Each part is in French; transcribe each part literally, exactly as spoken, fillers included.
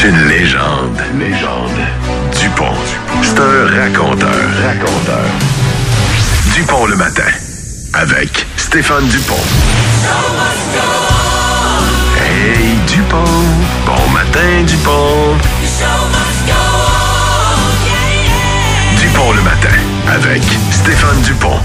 C'est une légende. Légende. Dupont. C'est un raconteur. Raconteur. Dupont le matin. Avec Stéphane Dupont. Hey Dupont. Bon matin Dupont. Dupont le matin. Avec Stéphane Dupont.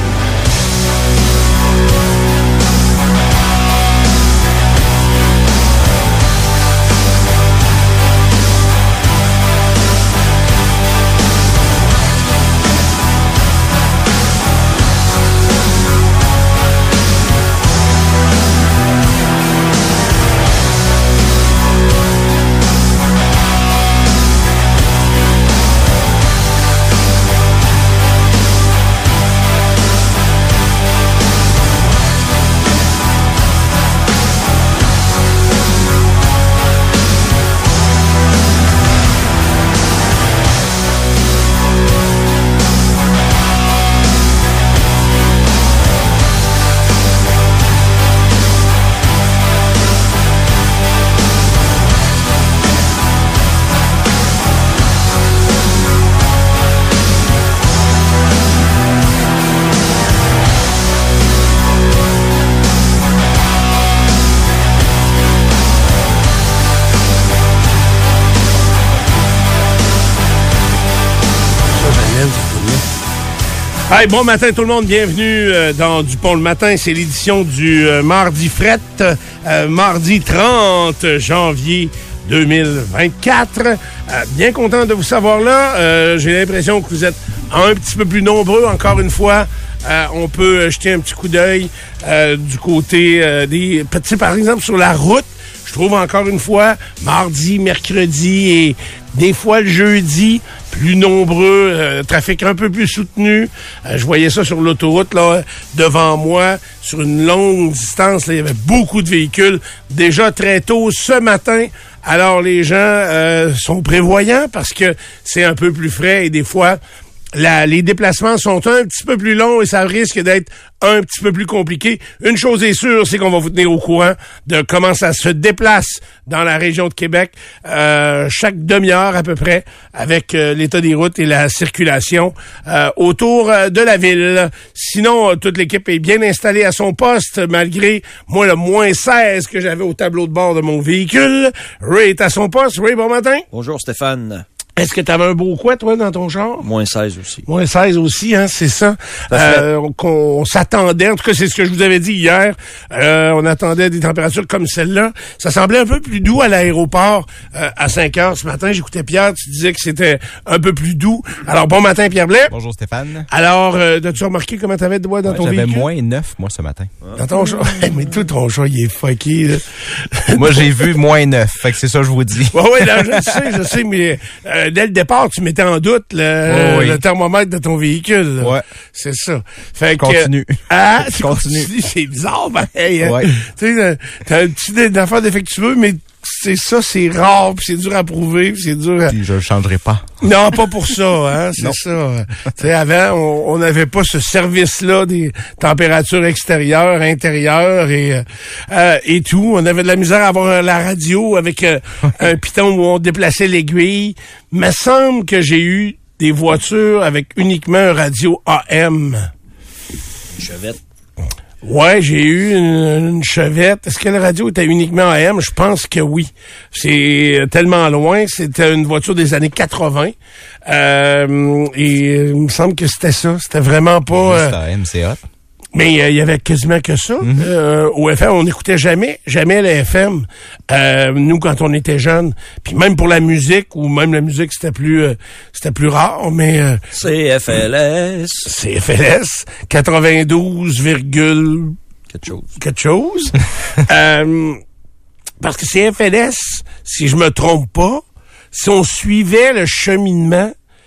Hey, bon matin tout le monde, bienvenue euh, dans Dupont le matin, c'est l'édition du euh, mardi fret, euh, mardi trente janvier deux mille vingt-quatre. Euh, bien content de vous savoir là, euh, j'ai l'impression que vous êtes un petit peu plus nombreux, encore une fois. Euh, on peut jeter un petit coup d'œil euh, du côté euh, des petits, par exemple, sur la route. Je trouve encore une fois, mardi, mercredi et des fois le jeudi, plus nombreux, euh, trafic un peu plus soutenu. Euh, je voyais ça sur l'autoroute, là, devant moi, sur une longue distance. Là, il y avait beaucoup de véhicules déjà très tôt ce matin. Alors, les gens euh, sont prévoyants parce que c'est un peu plus frais et des fois, La, les déplacements sont un petit peu plus longs et ça risque d'être un petit peu plus compliqué. Une chose est sûre, c'est qu'on va vous tenir au courant de comment ça se déplace dans la région de Québec euh, chaque demi-heure à peu près avec euh, l'état des routes et la circulation euh, autour euh, de la ville. Sinon, euh, toute l'équipe est bien installée à son poste malgré, moi, le moins seize que j'avais au tableau de bord de mon véhicule. Ray est à son poste. Ray, bon matin. Bonjour Stéphane. Est-ce que tu avais un beau quoi, toi, dans ton char? Moins seize aussi. Moins seize aussi, hein, c'est ça. Euh, qu'on s'attendait, en tout cas, c'est ce que je vous avais dit hier. Euh, on attendait des températures comme celle-là. Ça semblait un peu plus doux à l'aéroport euh, à cinq heures ce matin. J'écoutais Pierre, tu disais que c'était un peu plus doux. Alors, bon matin, Pierre Blais. Bonjour Stéphane. Alors, euh, as-tu remarqué comment t'avais de bois dans ouais, ton j'avais véhicule? J'avais moins neuf, moi, ce matin. Dans ton char? Mais tout ton char, il est fucké, là. Moi, j'ai vu moins neuf. Fait que c'est ça que je vous dis. Ouais, ouais, là, je sais, je sais, mais euh, dès le départ, tu mettais en doute le, oh oui. le thermomètre de ton véhicule. Là. Ouais. C'est ça. Fait que, continue. Ah, continue. C'est bizarre, ben, hey, hein? Ouais. Tu sais, t'as un petit affaire défectueux, mais c'est ça, c'est rare, pis c'est dur à prouver, pis c'est dur à... Puis je le changerai pas. Non, pas pour ça, hein, c'est ça. Tu sais, avant, on n'avait pas ce service-là des températures extérieures, intérieures et euh, et tout. On avait de la misère à avoir la radio avec euh, un piton où on déplaçait l'aiguille. Me semble que j'ai eu des voitures avec uniquement un radio A M. Chevette. Ouais, j'ai eu une, une Chevette. Est-ce que la radio était uniquement A M? Je pense que oui. C'est tellement loin. C'était une voiture des années quatre-vingts. Euh, et il me semble que c'était ça. C'était vraiment pas... Juste A M, c'est hot. Mais il euh, y avait quasiment que ça. Mm-hmm. Euh, au F M, on n'écoutait jamais, jamais le F M. Euh, nous, quand on était jeunes. Puis même pour la musique, ou même la musique, c'était plus euh, c'était plus rare, mais... Euh, C F L S. C F L S, quatre-vingt-douze, quelque chose. Quelque chose. euh, parce que C F L S, si je me trompe pas, si on suivait le cheminement,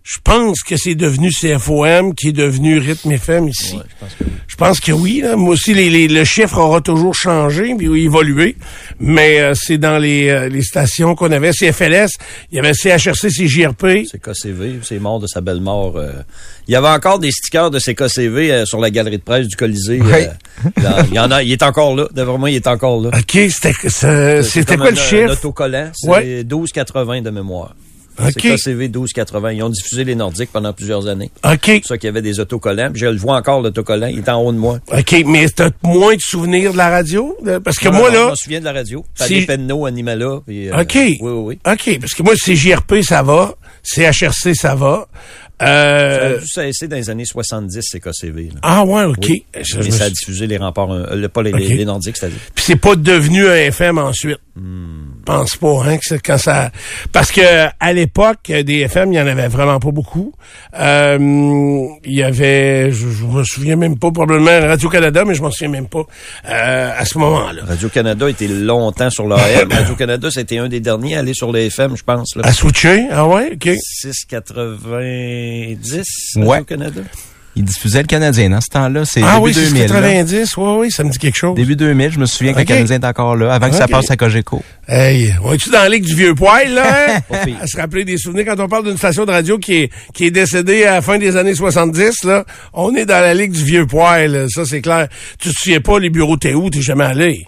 Je pense que c'est devenu C F O M qui est devenu Rythme F M ici. Ouais, je pense que oui. Je pense que oui. Là. Moi aussi, les, les, le chiffre aura toujours changé puis évolué. Mais euh, c'est dans les, euh, les stations qu'on avait. C F L S, il y avait C H R C, C J R P. C K C V, c'est mort de sa belle mort. Euh. Il y avait encore des stickers de C K C V euh, sur la galerie de presse du Colisée. Oui. Euh, dans- il y en a, il est encore là. D'après moi, il est encore là. OK, c'était, c'est- c'était comme quoi un- le chiffre? Un autocollant, c'est Ouais. douze quatre-vingts de mémoire. OK. C K C V douze quatre-vingts. Ils ont diffusé les Nordiques pendant plusieurs années. OK. C'est pour ça qu'il y avait des autocollants. Puis je le vois encore, l'autocollant. Il est en haut de moi. OK, mais t'as moins de souvenirs de la radio? De- Parce que Non, moi, non, Je là... me souviens de la radio. C'est- Paddy Penneau animait là. Puis, euh, OK. Oui, oui, oui. OK, parce que moi, C J R P, ça va. C H R C, ça va. Ça a Euh... dû cesser dans les années soixante-dix, C K C V. Là. Ah ouais, OK. Oui. Je- Mais je me ça a suis- diffusé les remparts, euh, le- pas les, OK. les, les Nordiques, c'est-à-dire. Puis c'est pas devenu un F M ensuite. Hmm. Je pense pas, hein, que c'est quand ça... Parce que à l'époque, des F M, il y en avait vraiment pas beaucoup. Euh, il y avait, je, je me souviens même pas, probablement Radio-Canada, mais je m'en souviens même pas euh, à ce moment-là. Radio-Canada était longtemps sur l'A M. Radio-Canada, c'était un des derniers à aller sur les F M, je pense. Là. À switcher? Ah ouais, OK. six quatre-vingt-dix, Ouais. Radio-Canada. Il diffusait le Canadien dans ce temps-là. C'est Ah début oui, c'est deux mille. là. quatre-vingt-dix, oui, oui, ça me dit quelque chose. Début deux mille, je me souviens que OK. le Canadien est encore là, avant que ça OK. passe à Cogeco. Hey, on est-tu dans la ligue du vieux poil, là? hein? Pas pire. À se rappeler des souvenirs quand on parle d'une station de radio qui est, qui est décédée à la fin des années soixante-dix, là. On est dans la ligue du vieux poil, là. Ça, c'est clair. Tu te souviens pas, les bureaux, t'es où? T'es jamais allé.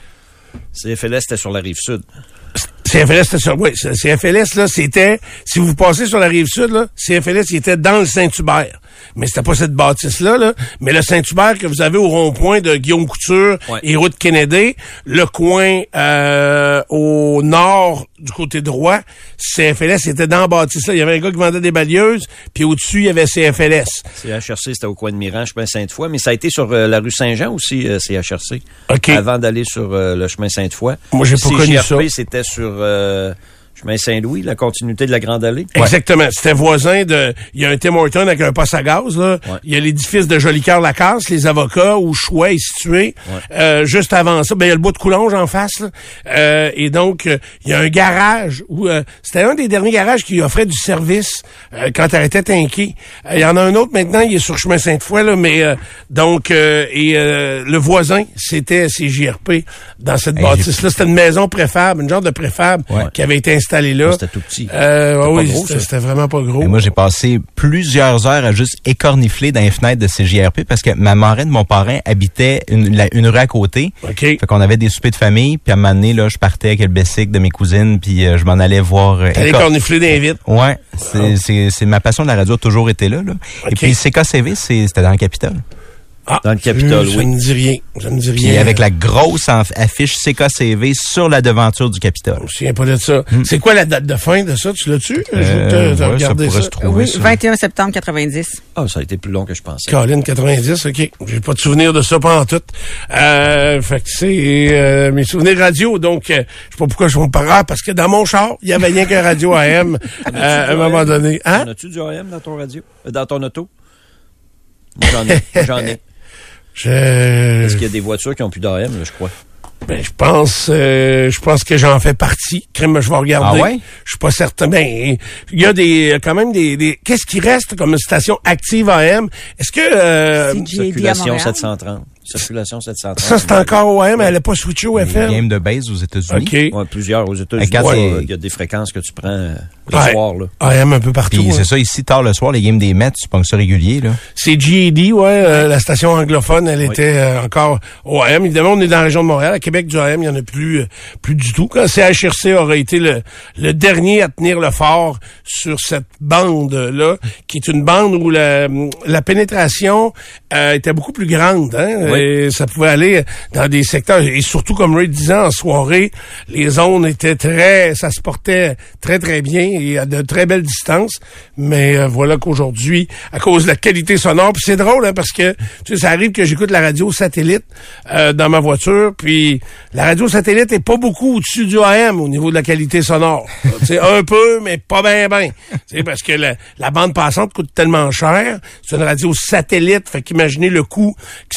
C F L S, c'était sur la rive sud. C F L S, c'était sur, oui, C F L S, là, c'était, si vous passez sur la rive sud, là, C F L S, il était dans le Saint-Hubert. Mais c'était pas cette bâtisse-là, là. Mais le Saint-Hubert que vous avez au rond-point de Guillaume Couture Ouais. et route Kennedy, le coin, euh, au nord, du côté droit, C F L S était dans la bâtisse-là. Il y avait un gars qui vendait des balayeuses, puis au-dessus, il y avait C F L S. C H R C, c'était au coin de Miran, chemin Sainte-Foy, mais ça a été sur euh, la rue Saint-Jean aussi, euh, C H R C. OK. Avant d'aller sur euh, le chemin Sainte-Foy. Moi, j'ai pas connu C J R P, ça. c'était sur euh, chemin Saint-Louis, la continuité de la Grande Allée. Exactement. C'était voisin de... Il y a un Tim Horton avec un poste à gaz, là. Ouais. Il y a l'édifice de Jolicoeur-Lacasse, les avocats, où Chouet est situé. Ouais. Euh, juste avant ça, ben, il y a le bout de Coulonge en face, là. Euh, et donc, euh, il y a un garage où... euh, c'était un des derniers garages qui offrait du service euh, quand t'arrêtais Tinqué. Euh, Il y en a un autre maintenant, il est sur chemin Sainte-Foy, là, mais... euh, donc, euh, et euh, le voisin, c'était C J R P dans cette Hey, bâtisse-là. C'était une maison préfab, une genre de préfab Ouais. qui avait été installée là. C'était tout petit. Euh, C'était oui, pas gros, c'était ça. c'était vraiment pas gros. Et moi, j'ai passé plusieurs heures à juste écornifler dans les fenêtres de C J R P parce que ma marraine, mon parrain, habitait une, la- une rue à côté. OK. Fait qu'on avait des soupers de famille, puis à un moment donné, là, je partais avec le bicycle de mes cousines, puis euh, je m'en allais voir... euh, T'allais écor- cornifler des vitres. Ouais, c'est, c'est, c'est ma passion de la radio a toujours été là. là. OK. Et puis C K C V, c'est, c'était dans le Capitole. Ah, Dans le Capitole, ça oui. me dit rien. Ça me dit Puis rien. avec la grosse enf- affiche C K C V sur la devanture du Capitole. Je me souviens pas de ça. C'est quoi la date de fin de ça? Tu l'as-tu? Je veux Euh, te- te ouais, ça regarder pourrait ça. se trouver. Oui, ça. vingt et un septembre quatre-vingt-dix. Ah, ça a été plus long que je pensais. Caroline quatre-vingt-dix, OK. J'ai pas de souvenir de ça pendant tout. Euh, fait que c'est euh, mes souvenirs radio. Donc, euh, je sais pas pourquoi je me parle, parce que dans mon char, il y avait rien qu'un radio A M euh, à un moment donné. Hein? En as-tu du A M dans ton radio? Euh, Dans ton auto? Moi, j'en ai. Moi, j'en ai. Je, Est-ce qu'il y a des voitures qui ont plus d'A M, là, je crois? ben, je pense, euh, je pense que j'en fais partie. Crème, je vais regarder. Ah ouais? Je suis pas certain. Ben, il y a des, quand même des, des qu'est-ce qui reste comme une station active A M? Est-ce que, euh, C J A D à Circulation Montréal. sept cent trente. Circulation sept cent trente. ça, c'est encore O M, elle n'est pas switchée au F Les M? games de base aux États-Unis. OK. Ouais, plusieurs aux États-Unis. Quand Ouais, c'est- il y a des fréquences que tu prends euh, le Ouais. soir, là. A M un peu partout. Puis hein. c'est ça, ici, tard le soir, les games des Mets, tu pognes ça régulier, là. C'est G A D, ouais, euh, la station anglophone, elle était euh, encore au A M. Évidemment, on est dans la région de Montréal. À Québec, du A M, il n'y en a plus euh, plus du tout. Quand C H R C aurait été le, le dernier à tenir le fort sur cette bande-là, qui est une bande où la, la pénétration euh, était beaucoup plus grande. Hein? Oui. Et ça pouvait aller dans des secteurs, et surtout, comme Ray disait, en soirée, les zones étaient très... ça se portait très, très bien et à de très belles distances. Mais euh, voilà qu'aujourd'hui, à cause de la qualité sonore, puis c'est drôle, hein, parce que tu sais, ça arrive que j'écoute la radio satellite euh, dans ma voiture, puis la radio satellite est pas beaucoup au-dessus du A M au niveau de la qualité sonore. Tu sais, un peu, mais pas bien, bien. Tu sais, parce que la, la bande passante coûte tellement cher. C'est une radio satellite, fait qu'imaginez le coût que ça peut avoir.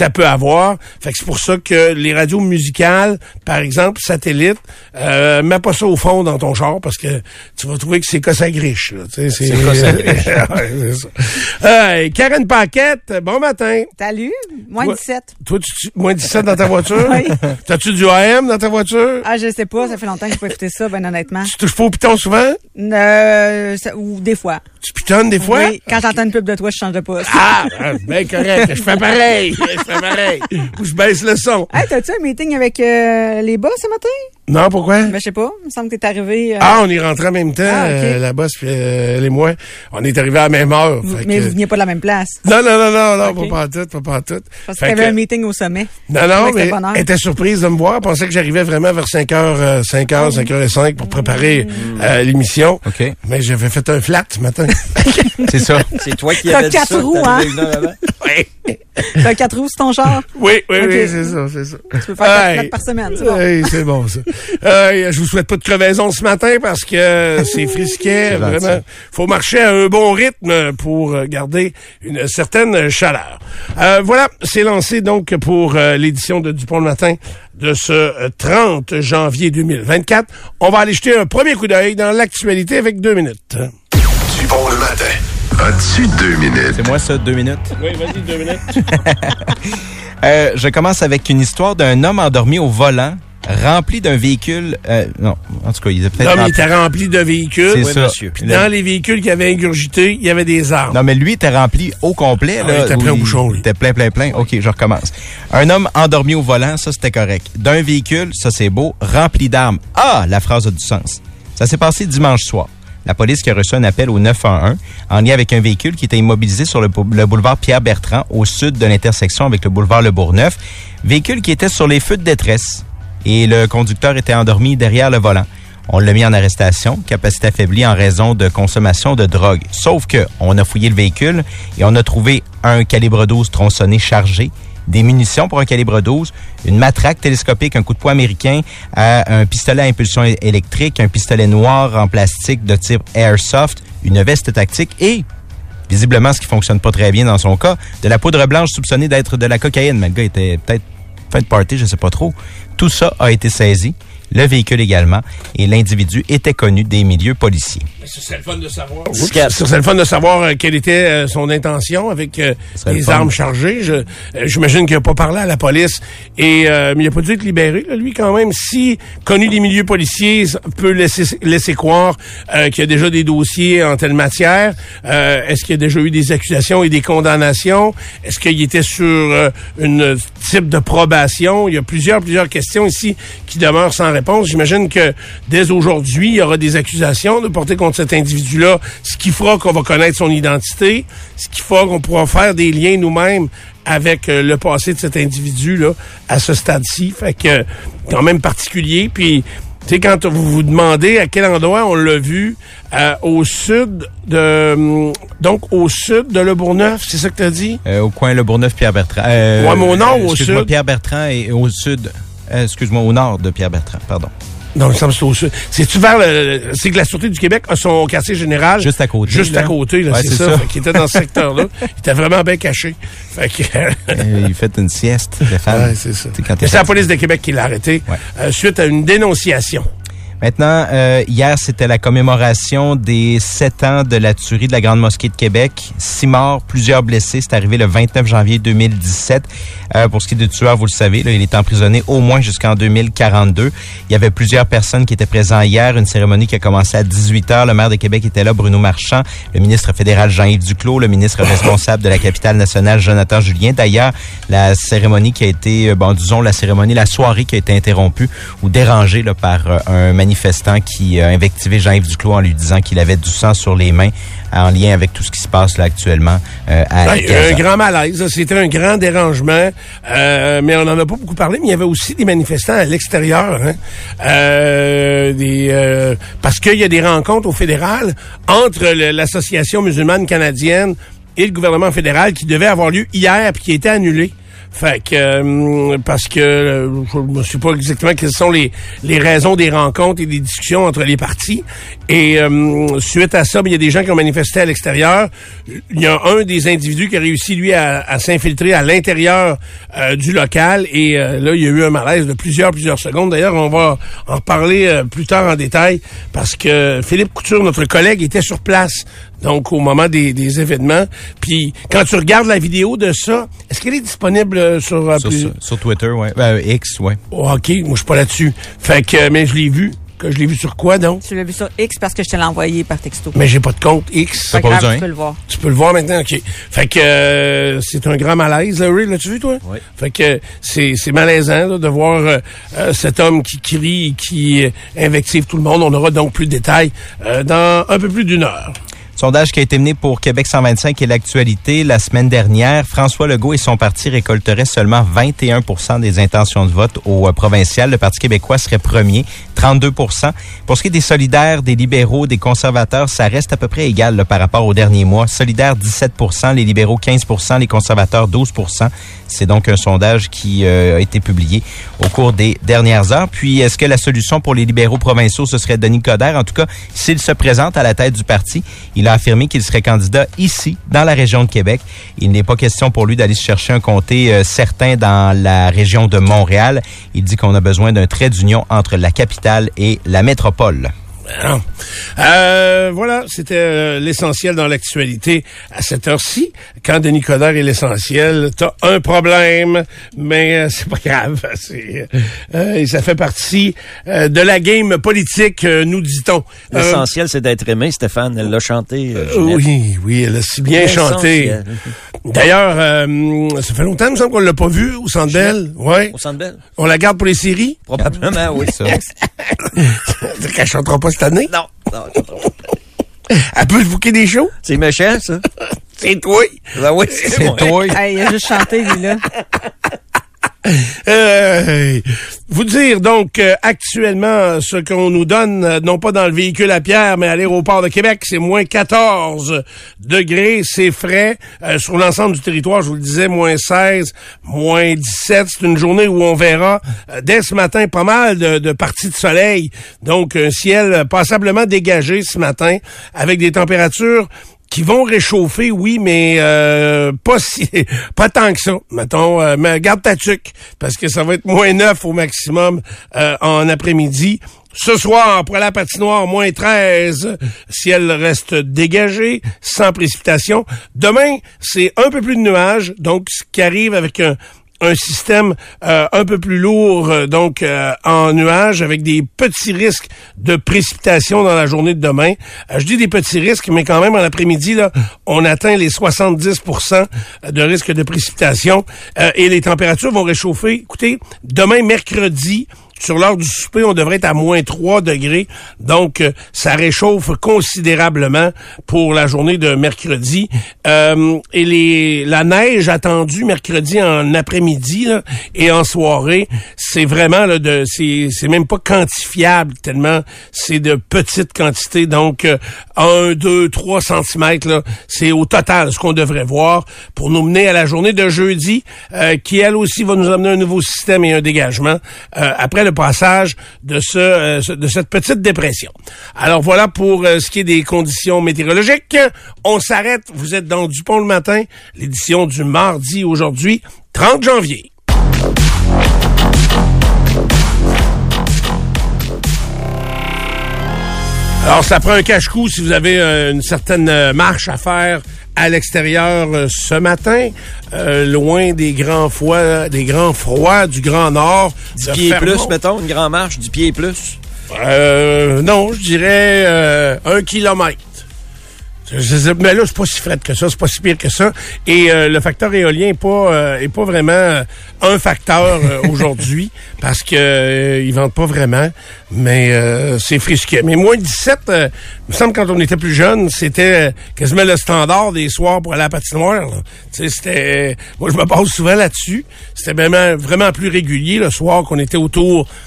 voir. Fait que c'est pour ça que les radios musicales, par exemple, satellites, euh, mets pas ça au fond dans ton char parce que tu vas trouver que c'est Cossagriche, là. Tu sais, c'est, c'est Cossagriche. Ouais, c'est ça. Euh, Karen Paquette, bon matin. Salut, moins Toi- dix-sept. Toi, tu, moins dix-sept dans ta voiture? Oui. T'as-tu du A M dans ta voiture? Ah, je sais pas, ça fait longtemps que j'ai pas écouté ça, ben honnêtement. Tu touches pas au piton souvent? Euh, ça- ou des fois. Tu pitonnes des fois? Oui, quand j'entends une pub de toi, je change de poste. Ah, ben correct. Je fais pareil. Je fais pareil. Ou je baisse le son. Hey, t'as-tu un meeting avec euh, les boss ce matin? Non, pourquoi? Ben, je sais pas. Il me semble que t'es arrivé. euh, Ah, on est rentrés en même temps, Ah, ok. euh, la bosse puis euh, elle et moi. On est arrivés à la même heure. vous- fait mais que- vous veniez pas de la même place. Non, non, non, non, non, Ok. pas pantoute, pas pantoute. Je pensais Fait qu'il y avait que- un meeting au sommet. Non, Je non, trouvais que mais c'était bonne heure. elle était surprise de me voir. Elle pensait que j'arrivais vraiment vers cinq heures, euh, cinq heures, cinq heures et cinq pour préparer euh, l'émission. OK. Mais j'avais fait un flat ce matin. C'est ça. C'est toi qui T'as avais dit quatre ça. roues, t'es arrivé hein? une heure avant. oui, T'as quatre roues sur ton char? oui, oui, Ok. oui, c'est ça, c'est ça. Tu peux faire quatre Hey. flats par semaine, c'est bon. Hey, c'est bon, ça. Hey, je vous souhaite pas de crevaison ce matin parce que c'est frisquet, C'est gentil. vraiment. Faut marcher à un bon rythme pour garder une certaine chaleur. Euh, voilà, c'est lancé donc pour euh, l'édition de Dupont le matin de ce euh, trente janvier deux mille vingt-quatre. On va aller jeter un premier coup d'œil dans l'actualité avec deux minutes. Dupont le matin. As-tu deux minutes? C'est moi ça, deux minutes. Oui, vas-y, deux minutes. Euh, je commence avec une histoire d'un homme endormi au volant, rempli d'un véhicule... Euh, non, en tout cas, il était peut-être... L'homme il rempli- était rempli de véhicules. C'est Oui, ça. monsieur. Puis dans les véhicules qui avaient ingurgité, il y avait des armes. Non, mais lui était rempli au complet. Ah, là, il était où plein au bouchon, lui. Il était plein, plein, plein. OK, je recommence. Un homme endormi au volant, ça, c'était correct. D'un véhicule, ça, c'est beau. Rempli d'armes. Ah, la phrase a du sens. Ça s'est passé dimanche soir. La police qui a reçu un appel au neuf un un en lien avec un véhicule qui était immobilisé sur le, bou- le boulevard Pierre-Bertrand au sud de l'intersection avec le boulevard Le Bourgneuf. Véhicule qui était sur les feux de détresse et le conducteur était endormi derrière le volant. On l'a mis en arrestation, capacité affaiblie en raison de consommation de drogue. Sauf que on a fouillé le véhicule et on a trouvé un calibre douze tronçonné chargé, des munitions pour un calibre douze, une matraque télescopique, un coup de poing américain, euh, un pistolet à impulsion é- électrique, un pistolet noir en plastique de type Airsoft, une veste tactique et, visiblement ce qui fonctionne pas très bien dans son cas, de la poudre blanche soupçonnée d'être de la cocaïne. Mais le gars était peut-être fin de party, je sais pas trop. Tout ça a été saisi, le véhicule également, et l'individu était connu des milieux policiers. C'est le fun de savoir. Disquette. C'est le fun de savoir euh, quelle était euh, son intention avec euh, serait le les fun. armes chargées. Je, euh, j'imagine qu'il n'a pas parlé à la police. Et euh, mais il n'a pas dû être libéré, là, lui, quand même. Si connu des milieux policiers, ça peut laisser, laisser croire euh, qu'il y a déjà des dossiers en telle matière. Euh, est-ce qu'il y a déjà eu des accusations et des condamnations? Est-ce qu'il était sur euh, une type de probation? Il y a plusieurs, plusieurs questions ici qui demeurent sans réponse. J'imagine que dès aujourd'hui, il y aura des accusations de porter contre cet individu-là, ce qui fera qu'on va connaître son identité, ce qui fera qu'on pourra faire des liens nous-mêmes avec euh, le passé de cet individu-là à ce stade-ci. Fait que, quand même particulier. Puis, tu sais, quand vous vous demandez à quel endroit on l'a vu, euh, au sud de... hum, donc, au sud de Le Bourgneuf, c'est ça que t'as dit? Euh, au coin Le Bourgneuf-Pierre-Bertrand. Euh, Ouais, mais au nord ou au excuse-moi, sud? Pierre-Bertrand et au sud. Euh, excuse-moi, au nord de Pierre-Bertrand, pardon. Non, il me semble que c'est au sud. C'est-tu vers le... C'est que la Sûreté du Québec a son quartier général. Juste à côté, Juste là. à côté, là, Ouais, c'est c'est ça. ça. Fait qu'il était dans ce secteur-là. Il était vraiment bien caché. Fait que... Euh, il fait une sieste, Stéphane. Ouais, c'est ça. Tu sais, quand Mais t'es c'est la fatigué. police de Québec qui l'a arrêté Ouais. euh, suite à une dénonciation. Maintenant, euh, hier, c'était la commémoration des sept ans de la tuerie de la Grande Mosquée de Québec. Six morts, plusieurs blessés. C'est arrivé le vingt-neuf janvier deux mille dix-sept. Euh, pour ce qui est du tueur, vous le savez, là, il est emprisonné au moins jusqu'en deux mille quarante-deux. Il y avait plusieurs personnes qui étaient présentes hier. Une cérémonie qui a commencé à dix-huit heures. Le maire de Québec était là, Bruno Marchand. Le ministre fédéral Jean-Yves Duclos. Le ministre responsable de la capitale nationale, Jonathan Julien. D'ailleurs, la cérémonie qui a été, euh, bon, disons, la cérémonie, la soirée qui a été interrompue ou dérangée là, par euh, un manifestant qui a invectivé Jean-Yves Duclos en lui disant qu'il avait du sang sur les mains en lien avec tout ce qui se passe là actuellement euh, à Ouais, Gaza. un grand malaise. C'était un grand dérangement. Euh, mais on n'en a pas beaucoup parlé, mais il y avait aussi des manifestants à l'extérieur. Hein? Euh, des, euh, parce qu'il y a des rencontres au fédéral entre le- l'Association musulmane canadienne et le gouvernement fédéral qui devaient avoir lieu hier puis qui a été annulé. Fait que euh, parce que euh, je ne sais pas exactement quelles sont les les raisons des rencontres et des discussions entre les partis. Et euh, suite à ça, il y a des gens qui ont manifesté à l'extérieur. Il y a un des individus qui a réussi lui à, à s'infiltrer à l'intérieur euh, du local. Et euh, là, il y a eu un malaise de plusieurs plusieurs secondes. D'ailleurs, on va en reparler euh, plus tard en détail parce que Philippe Couture, notre collègue, était sur place. Donc, au moment des, des événements. Puis, quand tu regardes la vidéo de ça, est-ce qu'elle est disponible sur... Euh, Sur, plus... sur, sur Twitter, ouais. Ben, X, ouais. Oh, OK, moi, je suis pas là-dessus. Fait que, mais je l'ai vu. Que je l'ai vu sur quoi, donc? Tu l'as vu sur X parce que je te l'ai envoyé par texto. Mais j'ai pas de compte X. Pas pas grave, besoin. tu peux le voir. Tu peux le voir maintenant, OK. Fait que euh, c'est un grand malaise, là, Ray, l'as-tu vu, toi? Oui. Fait que c'est, c'est malaisant là, de voir euh, euh, cet homme qui crie et qui euh, invective tout le monde. On aura donc plus de détails euh, dans un peu plus d'une heure. Sondage qui a été mené pour Québec cent vingt-cinq et l'actualité la semaine dernière. François Legault et son parti récolteraient seulement vingt et un pour cent des intentions de vote au euh, provincial. Le Parti québécois serait premier, trente-deux pour cent. Pour ce qui est des solidaires, des libéraux, des conservateurs, ça reste à peu près égal là, par rapport aux derniers mois. Solidaires, dix-sept pour cent, les libéraux, quinze pour cent, les conservateurs, douze pour cent. C'est donc un sondage qui euh, a été publié au cours des dernières heures. Puis, est-ce que la solution pour les libéraux provinciaux, ce serait Denis Coderre? En tout cas, s'il se présente à la tête du parti, il a affirmé qu'il serait candidat ici, dans la région de Québec. Il n'est pas question pour lui d'aller se chercher un comté euh, certain dans la région de Montréal. Il dit qu'on a besoin d'un trait d'union entre la capitale et la métropole. Non. Euh, voilà, c'était euh, l'essentiel dans l'actualité à cette heure-ci. Quand Denis Coderre est l'essentiel, t'as un problème, mais euh, c'est pas grave. C'est, euh, et ça fait partie euh, de la game politique, euh, nous dit-on. Euh, L'essentiel, c'est d'être aimé, Stéphane. Elle l'a chanté, euh, euh, Ginette. oui, oui, elle a si bien chanté. L'essentiel. D'ailleurs, euh, ça fait longtemps, il me semble qu'on l'a pas vu au Centre Bell. Ouais. Au Centre Bell? On la garde pour les séries. Probablement, oui. Ça. C'est qu'elle chantera pas cette année. Non, non, non. Elle peut te bouquer des shows. C'est méchant, ça. C'est toi. Ben oui, c'est C'est moi. toi. Hey, il a juste chanté, lui, là. Euh, vous dire donc euh, actuellement ce qu'on nous donne, euh, non pas dans le véhicule à Pierre, mais à l'aéroport de Québec, c'est moins quatorze degrés, c'est frais. Euh, sur l'ensemble du territoire, je vous le disais, moins seize, moins dix-sept. C'est une journée où on verra euh, dès ce matin pas mal de, de parties de soleil. Donc un ciel passablement dégagé ce matin avec des températures qui vont réchauffer, oui, mais euh, pas si, pas tant que ça. Mettons, euh, mais garde ta tuque, parce que ça va être moins neuf au maximum euh, en après-midi. Ce soir, pour la patinoire, moins treize, ciel reste dégagé, sans précipitation. Demain, c'est un peu plus de nuages, donc ce qui arrive avec un un système euh, un peu plus lourd, euh, donc euh, en nuages, avec des petits risques de précipitation dans la journée de demain. Euh, je dis des petits risques, mais quand même, en après-midi, là, on atteint les soixante-dix pour cent de risque de précipitation euh, et les températures vont réchauffer. Écoutez, demain, mercredi, sur l'heure du souper, on devrait être à moins trois degrés. Donc, euh, ça réchauffe considérablement pour la journée de mercredi. Euh, et les la neige attendue mercredi en après-midi là, et en soirée, c'est vraiment là, de c'est c'est même pas quantifiable tellement c'est de petites quantités. Donc, euh, un, deux, trois centimètres, là, c'est au total ce qu'on devrait voir pour nous mener à la journée de jeudi, euh, qui elle aussi va nous amener un nouveau système et un dégagement euh, après le passage de ce euh, de cette petite dépression. Alors voilà pour euh, ce qui est des conditions météorologiques. On s'arrête. Vous êtes dans Dupont le matin, l'édition du mardi aujourd'hui, trente janvier. Alors, ça prend un cache-cou si vous avez euh, une certaine euh, marche à faire à l'extérieur euh, ce matin, euh, loin des grands froids, des grands froids du Grand Nord. Du pied et plus, mettons, une grande marche, du pied et plus. Euh, non, je dirais euh, un kilomètre. Je, je, mais là, c'est pas si frais que ça, c'est pas si pire que ça. Et euh, le facteur éolien est pas euh, est pas vraiment euh, un facteur euh, aujourd'hui parce que euh, ils vendent pas vraiment, mais euh, c'est frisquet. Mais moins dix-sept, euh, il me semble quand on était plus jeune, c'était quasiment le standard des soirs pour aller à la patinoire. Tu sais, c'était, moi je me base souvent là-dessus. C'était vraiment vraiment plus régulier le soir qu'on était autour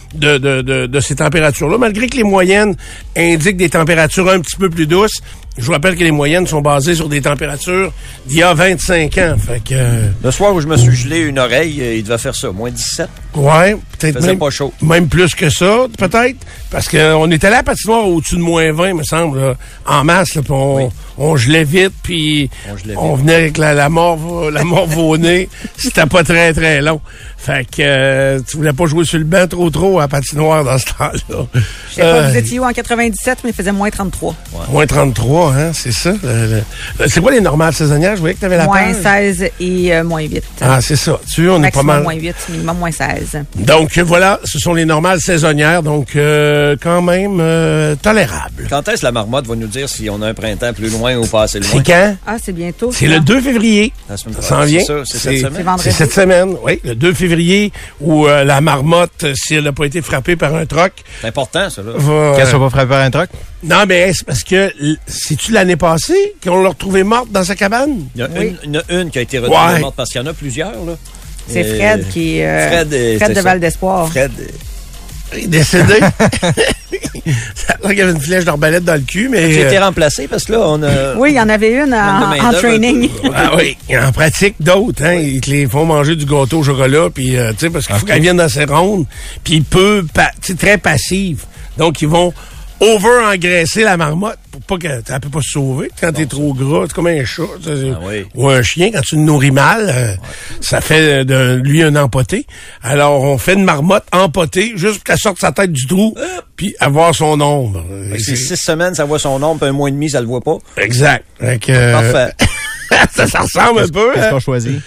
de, de, de, de ces températures-là, malgré que les moyennes indiquent des températures un petit peu plus douces. Je vous rappelle que les moyennes sont basées sur des températures d'il y a vingt-cinq ans. Fait que, euh, Le soir où je me suis gelé une oreille, il devait faire ça, moins dix-sept. Ouais, peut-être faisait même, pas chaud. même plus que ça, peut-être. Parce qu'on était allé à la patinoire au-dessus de moins vingt, me semble, là, en masse. Là, on, Oui. on gelait vite, puis On gelait on vite. venait avec la, la mort, la mort au nez. C'était pas très, très long. Fait que euh, tu voulais pas jouer sur le banc trop trop à la patinoire dans ce temps-là. Je sais pas, vous étiez où en quatre-vingt-dix-sept, mais il faisait moins trente-trois. Moins trente-trois, hein, c'est ça. Le- le- c'est quoi les normales saisonnières? Je voyais que tu avais la Moins page. seize et euh, moins huit. Ah, c'est ça. Tu vois, on est pas Maximum mal. moins huit, minimum moins seize. Donc, voilà, ce sont les normales saisonnières, donc euh, quand même euh, tolérables. Quand est-ce que la marmotte va nous dire si on a un printemps plus loin ou pas assez loin? C'est quand? Ah, c'est bientôt. C'est ça. le deux février. La semaine Ça prochaine. s'en vient. C'est ça, c'est cette C'est semaine. vendredi. C'est cette semaine, oui. Le deux février, où euh, la marmotte, si elle n'a pas été frappée par un troc, C'est important, ça, là. va... euh, Qu'elle soit pas frappée par un truck? Non, mais c'est parce que, l- c'est-tu l'année passée qu'on l'a retrouvée morte dans sa cabane? Il y a Oui. une, il y en a une qui a été retrouvée Ouais. morte parce qu'il y en a plusieurs, là. C'est Euh, Fred qui est. euh, Fred, euh, Fred c'est de ça. Val d'Espoir. Fred, euh, Il est décédé. Ça a l'air qu'il y avait une flèche d'arbalète dans le cul, mais... qui a été euh, remplacé parce que là, on a... Oui, il y en avait une Manque de en, en main-d'œuvre, training. un peu. Ah oui, en pratique d'autres, hein, ils te les font manger du gâteau au chocolat, puis euh, tu sais parce qu'il faut qu'elles viennent dans ces rondes, puis ils peuvent, pa- tu sais, très passives. Donc ils vont over-engraisser la marmotte pour pas qu'elle elle peut pas se sauver. Quand t'es trop gras, c'est comme un chat, tu sais, Ah oui. ou un chien, quand tu le nourris mal, euh, ça fait de lui un empoté. Alors on fait une marmotte empotée juste pour qu'elle sorte sa tête du trou, puis avoir son ombre. Fait que c'est six semaines, ça voit son ombre, puis un mois et demi, ça le voit pas. Exact. Fait que, euh, Parfait. ça, ça ressemble un peu. Qu'est-ce hein? qu'on choisit?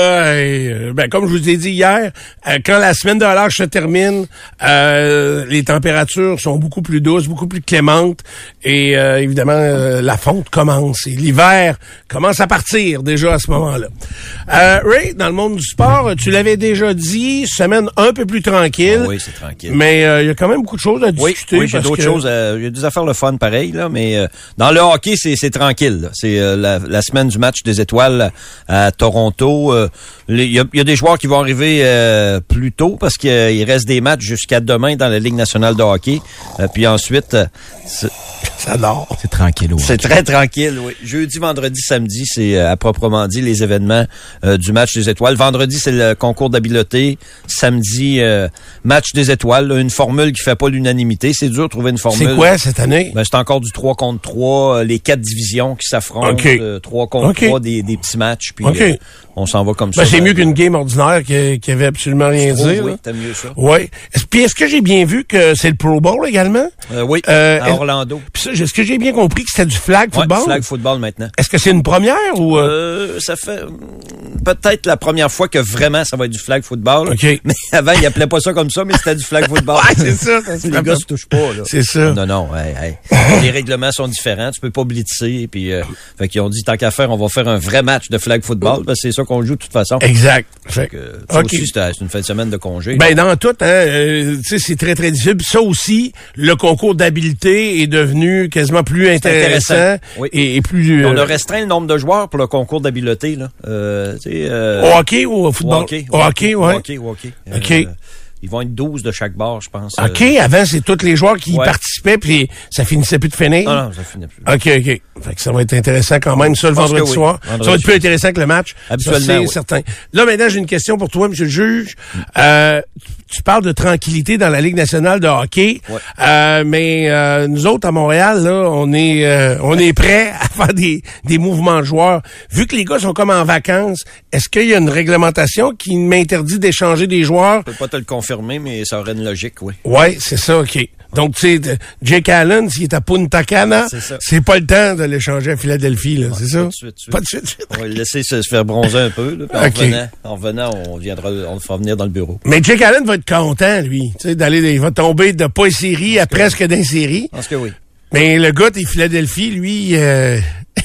Euh, ben, comme je vous ai dit hier, euh, quand la semaine de relâche se termine, euh, les températures sont beaucoup plus douces, beaucoup plus clémentes et euh, évidemment, euh, la fonte commence et l'hiver commence à partir déjà à ce moment-là. Euh, Ray, dans le monde du sport, tu l'avais déjà dit, semaine un peu plus tranquille. Ah oui, c'est tranquille. Mais euh, il y a quand même beaucoup de choses à Oui, discuter. oui, j'ai parce d'autres que- choses. euh, Il y a des affaires le fun pareil, là, mais euh, dans le hockey, c'est, c'est tranquille. là. C'est euh, la, la semaine du match des étoiles à Toronto. euh, les- Il y, a, il y a des joueurs qui vont arriver euh, plus tôt parce qu'il euh, il reste des matchs jusqu'à demain dans la Ligue nationale de hockey. Euh, puis ensuite, euh, c'est, Ça dort. C'est tranquille, ouais. c'est très tranquille. Oui. Jeudi, vendredi, samedi, c'est euh, à proprement dit les événements euh, du match des étoiles. Vendredi, c'est le concours d'habileté. Samedi, euh, match des étoiles. Là, une formule qui fait pas l'unanimité. C'est dur de trouver une formule. C'est quoi cette année? Ben, c'est encore du trois contre trois, euh, les quatre divisions qui s'affrontent, OK. euh, trois contre OK. trois, des, des petits matchs, puis OK. euh, on s'en va comme ça. Ben, c'est dans- mieux qu'une game ordinaire qui, qui avait absolument rien Je trouve, dit. Oui, là. t'aimes mieux ça. Oui. Est-ce- Puis est-ce que j'ai bien vu que c'est le Pro Bowl également? Euh, oui, Euh, à est- Orlando. Puis ça, est-ce que j'ai bien compris que c'était du flag Ouais, football? flag football maintenant. Est-ce que c'est une première ou... euh, Euh, ça fait hum, peut-être la première fois que vraiment ça va être du flag football. OK. Mais avant, ils appelaient pas ça comme ça, mais c'était du flag football. Ouais, c'est ça, ça se Les fait gars pas. se touchent pas, là. C'est ça. Non, non, hey, hey. Les règlements sont différents. Tu peux pas blitzer. Puis, euh, fait qu'ils ont dit, tant qu'à faire, on va faire un vrai match de flag football. Parce que c'est ça qu'on joue de toute façon. Exact. Fait Donc, que- euh, ça OK. aussi, c'est c'est une fin de semaine de congé. Ben dans tout, hein, euh, tu sais, c'est très très difficile. Puis ça aussi, le concours d'habileté est devenu quasiment plus intéressant, intéressant, oui. et, et plus. euh, On a restreint le nombre de joueurs pour le concours d'habileté, là. Euh, tu sais, euh, au hockey ou au au football? hockey. Au hockey, ouais. Au hockey, au hockey. OK. Euh, ils vont être douze de chaque barre, je pense. OK, Euh, avant, c'est tous les joueurs qui y Ouais. participaient, puis ça finissait plus de finir. non, non, ça finit plus. OK, OK. Fait que ça va être intéressant quand même, ça, le Je pense vendredi que oui. soir. Vendredi ça va être plus soir. intéressant que le match. Habituellement, Ça, c'est oui. certain. Là, maintenant, j'ai une question pour toi, monsieur le juge. Euh, tu parles de tranquillité dans la Ligue nationale de hockey. Ouais. Euh, mais euh, nous autres, à Montréal, là, on est euh, on est prêts à faire des, des mouvements de joueurs. Vu que les gars sont comme en vacances, est-ce qu'il y a une réglementation qui m'interdit d'échanger des joueurs? Je peux pas te le confirmer, mais ça aurait une logique, oui. Ouais, c'est ça, OK. Donc, tu sais, de- Jake Allen, s'il est à Punta Cana, C'est ça. c'est pas le temps de l'échanger à Philadelphie, là, c'est ça? Pas de suite, suite. Pas de suite, suite. On va le laisser se, se faire bronzer un peu, là. Puis en OK. revenant, en revenant, on viendra, on le fera venir dans le bureau. Mais Jake Allen va être content, lui, tu sais, d'aller, il va tomber de pas une série à presque d'une série. Je pense que oui. Mais le gars de Philadelphie, lui, euh,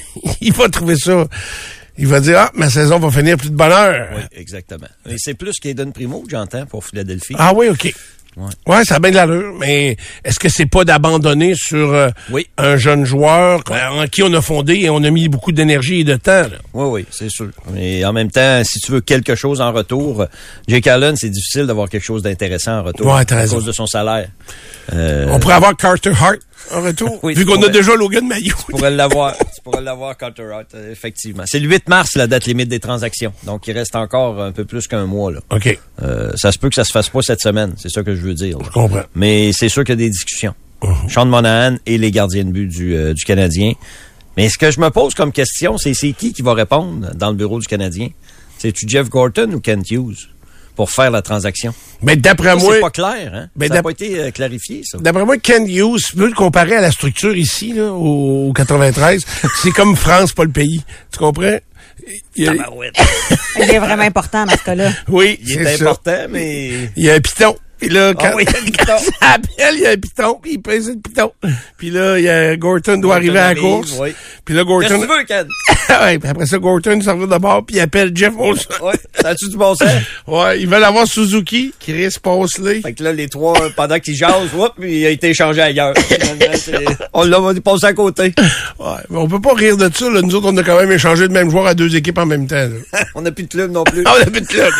il va trouver ça. Il va dire, ah, ma saison va finir plus de bonheur. Oui, exactement. Et c'est plus qu'Aiden Primo que j'entends pour Philadelphie. Ah oui, OK. Ouais. Ouais, ça a bien de l'allure, mais est-ce que c'est pas d'abandonner sur euh, Oui. un jeune joueur euh, en qui on a fondé et on a mis beaucoup d'énergie et de temps, là? Oui, oui, c'est sûr. Mais en même temps, si tu veux quelque chose en retour, Jake Allen, c'est difficile d'avoir quelque chose d'intéressant en retour. Ouais, t'as à raison. cause de son salaire. Euh, On pourrait avoir Carter Hart en retour, Oui, vu tu qu'on a pourrais. déjà Logan Mailloux. Tu pourrais l'avoir. tu pourrais l'avoir, Carter Hart, euh, effectivement. C'est le huit mars, la date limite des transactions. Donc, il reste encore un peu plus qu'un mois, là. OK, Euh, ça se peut que ça se fasse pas cette semaine. C'est ça que je veux dire. là. je comprends. Mais c'est sûr qu'il y a des discussions. Uh-huh. Sean Monahan et les gardiens de but du, euh, du Canadien. Mais ce que je me pose comme question, c'est c'est qui qui va répondre dans le bureau du Canadien? C'est-tu Jeff Gorton ou Kent Hughes pour faire la transaction? Mais d'après Ça, moi, c'est pas clair, hein? Ben, ça n'a d'ap- pas été euh, clarifié, ça. d'après moi, Ken Hughes, tu peux le comparer à la structure ici, là, au, au quatre-vingt-treize. C'est comme France, pas le pays. Tu comprends? Il y a- Il est vraiment important dans ce cas-là. oui, Il c'est est ça. important, mais... Il y a un piton. Puis là, quand, Ah oui, il y a un piton. quand ça appelle, il y a un piton, puis il pèse le piton. Puis là, il y a Gorton doit Gorton arriver à la arrive, course. oui. Puis là, Qu'est-ce Gorton... que tu veux, Ken? ouais, puis après ça, Gorton s'en va de bord, puis il appelle Jeff Molson. Ouais, ça a-tu du bon sens? Ouais, ils veulent avoir Suzuki, Chris Pasley. Fait que là, les trois, pendant qu'ils jasent, whoop, il a été échangé ailleurs. Finalement, c'est- on l'a passé à côté. Ouais, mais on peut pas rire de ça, là. Nous autres, on a quand même échangé le même joueur à deux équipes en même temps, là. On n'a plus de club non plus. Ah, on a plus de club.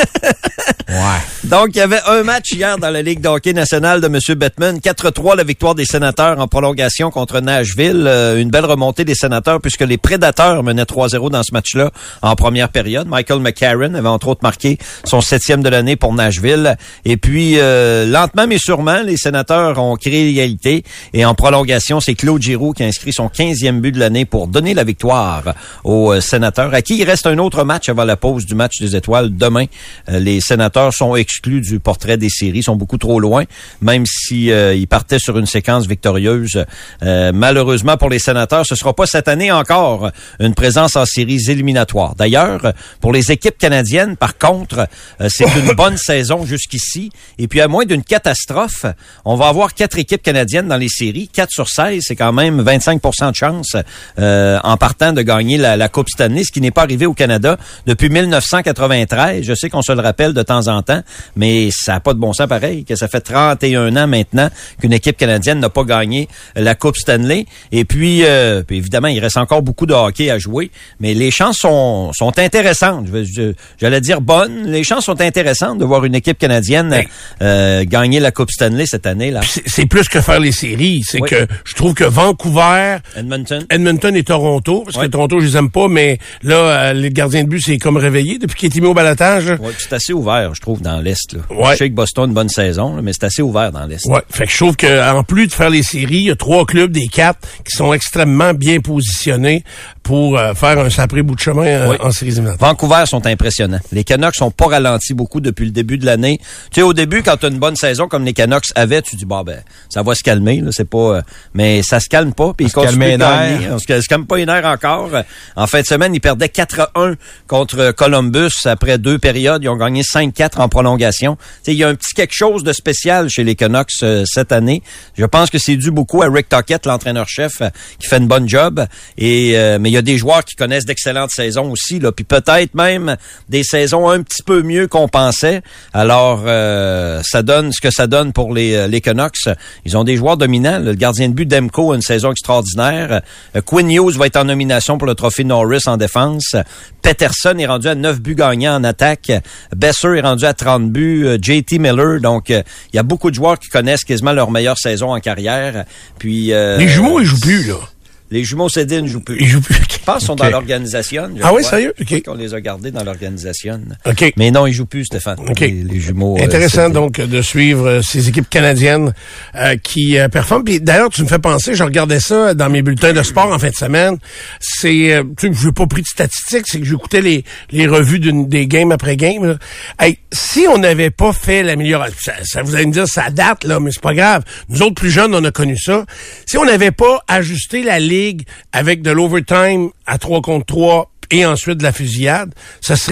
Ouais. Donc, il y avait un match hier dans la Ligue de hockey nationale de M. Bettman. quatre trois, la victoire des Sénateurs en prolongation contre Nashville. Euh, une belle remontée des Sénateurs puisque les Prédateurs menaient trois zéro dans ce match-là en première période. Michael McCarron avait entre autres marqué son septième de l'année pour Nashville. Et puis, euh, lentement mais sûrement, les Sénateurs ont créé l'égalité. Et en prolongation, c'est Claude Giroux qui a inscrit son quinzième but de l'année pour donner la victoire aux euh, Sénateurs, à qui il reste un autre match avant la pause du match des étoiles demain. Euh, les Sénateurs sont exclus du portrait des séries, sont beaucoup trop loin, même si euh, ils partaient sur une séquence victorieuse. Euh, malheureusement pour les Sénateurs, ce sera pas cette année encore une présence en séries éliminatoires. D'ailleurs, pour les équipes canadiennes, par contre, euh, c'est une bonne saison jusqu'ici. Et puis à moins d'une catastrophe, on va avoir quatre équipes canadiennes dans les séries. quatre sur seize, c'est quand même vingt-cinq pour cent de chance euh, en partant de gagner la, la Coupe Stanley, ce qui n'est pas arrivé au Canada depuis mille neuf cent quatre-vingt-treize. Je sais qu'on se le rappelle de temps en temps, mais ça n'a pas de bon sens pareil, que ça fait trente et un ans maintenant qu'une équipe canadienne n'a pas gagné la Coupe Stanley. Et puis, euh, puis évidemment, il reste encore beaucoup de hockey à jouer, mais les chances sont, sont intéressantes. Je, je, j'allais dire bonnes. Les chances sont intéressantes de voir une équipe canadienne Hey. euh, gagner la Coupe Stanley cette année. là. Puis c'est, c'est plus que faire les séries. C'est Oui. que je trouve que Vancouver, Edmonton. Edmonton et Toronto, parce Ouais. que Toronto, je les aime pas, mais là, euh, les gardiens de but, c'est comme réveillé depuis qu'il est mis au balotage. là. Ouais, puis c'est assez ouvert, je trouve, dans l'Est. Là. Ouais. Je sais que Boston a une bonne saison, là, mais c'est assez ouvert dans l'Est. Ouais. Fait que je trouve que en plus de faire les séries, il y a trois clubs des quatre qui sont extrêmement bien positionnés pour euh, faire un sacré bout de chemin euh, Oui. en séries éliminatoires. Vancouver sont impressionnants. Les Canucks sont pas ralentis beaucoup depuis le début de l'année. Tu sais, au début, quand tu as une bonne saison comme les Canucks avaient, tu dis, bon, ben, ça va se calmer, là, c'est pas, euh, mais ça se calme pas, puis ils se calme continuent les de gagner. nerfs. On se, se calme pas les nerfs encore. En fin de semaine, ils perdaient quatre à un contre Columbus après deux périodes. Ils ont gagné cinq quatre en prolongation. Tu sais, il y a un petit quelque chose de spécial chez les Canucks euh, cette année. Je pense que c'est dû beaucoup à Rick Tocchet, l'entraîneur-chef, euh, qui fait une bonne job. Et euh, mais il y a des joueurs qui connaissent d'excellentes saisons aussi, là, puis peut-être même des saisons un petit peu mieux qu'on pensait. Alors, euh, ça donne ce que ça donne pour les, les Canucks. Ils ont des joueurs dominants. Le gardien de but Demko a une saison extraordinaire. Euh, Quinn Hughes va être en nomination pour le trophée Norris en défense. Peterson est rendu à neuf buts gagnants en attaque. Besser est rendu à trente buts. Euh, J T Miller. Donc, euh, il y a beaucoup de joueurs qui connaissent quasiment leur meilleure saison en carrière. Puis euh, Les jumeaux, ils jouent plus, là. Les jumeaux Cédine ne jouent plus. Ils jouent plus. Je pense qu'ils sont Ok. dans l'organisation. je Ah oui, crois. sérieux? Ok. Je crois qu'on les a gardés dans l'organisation. OK. Mais non, ils jouent plus, Stéphane. OK. Les, les jumeaux. euh, Intéressant, c'est- donc, de suivre euh, ces équipes canadiennes euh, qui euh, performent. Puis d'ailleurs, tu me fais penser, je regardais ça dans mes bulletins de sport en fin de semaine. C'est, euh, tu sais, je n'ai pas pris de statistiques, c'est que j'écoutais les, les revues d'une, des games après game. Là. Hey, si on n'avait pas fait l'amélioration, ça, ça vous allez me dire, ça date, là, mais c'est pas grave. Nous autres, plus jeunes, on a connu ça. Si on n'avait pas ajusté la ligue avec de l'overtime à trois contre trois et ensuite de la fusillade, ce serait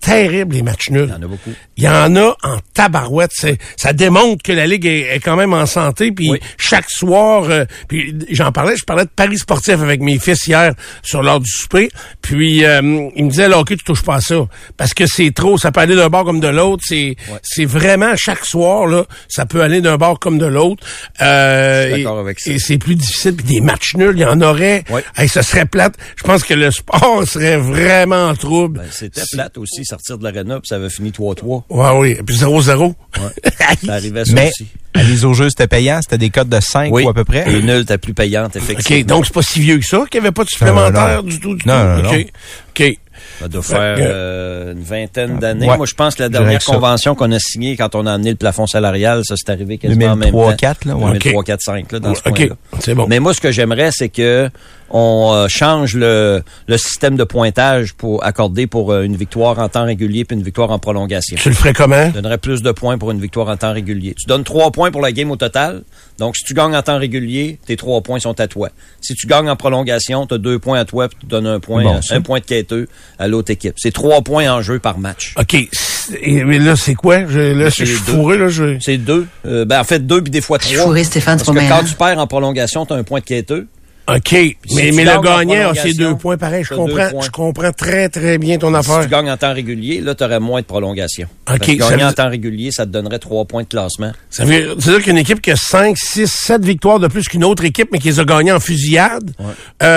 terrible, les matchs nuls. Il y en a beaucoup. Il y en a en tabarouette. C'est, ça démontre que la Ligue est, est quand même en santé. Puis Oui. chaque soir, euh, puis j'en parlais, je parlais de paris sportifs avec mes fils hier sur l'heure du souper. Puis euh, ils me disaient, là, OK, tu touches pas à ça. Parce que c'est trop, ça peut aller d'un bord comme de l'autre. C'est Ouais. c'est vraiment chaque soir, là, ça peut aller d'un bord comme de l'autre. Euh, Je suis d'accord et, avec ça. et c'est plus difficile. Puis des matchs nuls, il y en aurait. Ouais. Hey, ce serait plate. Je pense que le sport serait vraiment en trouble. Ben, c'était plate aussi, sortir de l'aréna, puis ça avait fini trois trois. Ouais, oui. Et puis zéro zéro. Ouais. Ça arrivait ça Mais aussi. à mise au jeu, c'était payant. C'était des cotes de cinq Oui. ou à peu près. Et nul, t'as plus payante, effectivement. OK, donc c'est pas si vieux que ça, qu'il n'y avait pas de supplémentaire non. du tout, du Non, tout. non, OK. non. OK. Ça doit faire euh, une vingtaine d'années. Ouais. Moi, je pense que la Je dirais dernière que ça. convention qu'on a signée quand on a amené le plafond salarial, ça c'est arrivé quasiment en même temps. deux mille trois quatre, là, ouais. deux mille trois, OK. quatre, cinq, là, dans ce OK, coin-là. c'est bon. Mais moi, ce que j'aimerais, c'est que on euh, change le, le système de pointage pour accorder pour euh, une victoire en temps régulier puis une victoire en prolongation. Tu le ferais comment? Je donnerais plus de points pour une victoire en temps régulier. Tu donnes trois points pour la game au total. Donc, si tu gagnes en temps régulier, tes trois points sont à toi. Si tu gagnes en prolongation, tu as deux points à toi puis tu donnes un point, Bon, un, ça. un point de quêteux à l'autre équipe. C'est trois points en jeu par match. OK. C'est- Et, mais là, c'est quoi? Je, là, C'est je suis deux. fourré, là. Je... C'est deux. Euh, ben, en fait, deux puis des fois Je suis trois. fourré, Stéphane, c'est Parce pas que mêlant. quand tu perds en prolongation, tu as un point de quêteux. OK. si Mais, tu mais gagnes le en gagnant a ses prolongation, deux points pareil. Je t'as deux comprends, points. je comprends très, très bien ton Si affaire. tu gagnes en temps régulier, là, tu aurais moins de prolongation. OK, Parce que ça gagner veut- en temps régulier, ça te donnerait trois points de classement. Ça veut c'est-à-dire qu'une équipe qui a cinq, six, sept victoires de plus qu'une autre équipe, mais qui les a gagnées en fusillade, Ouais.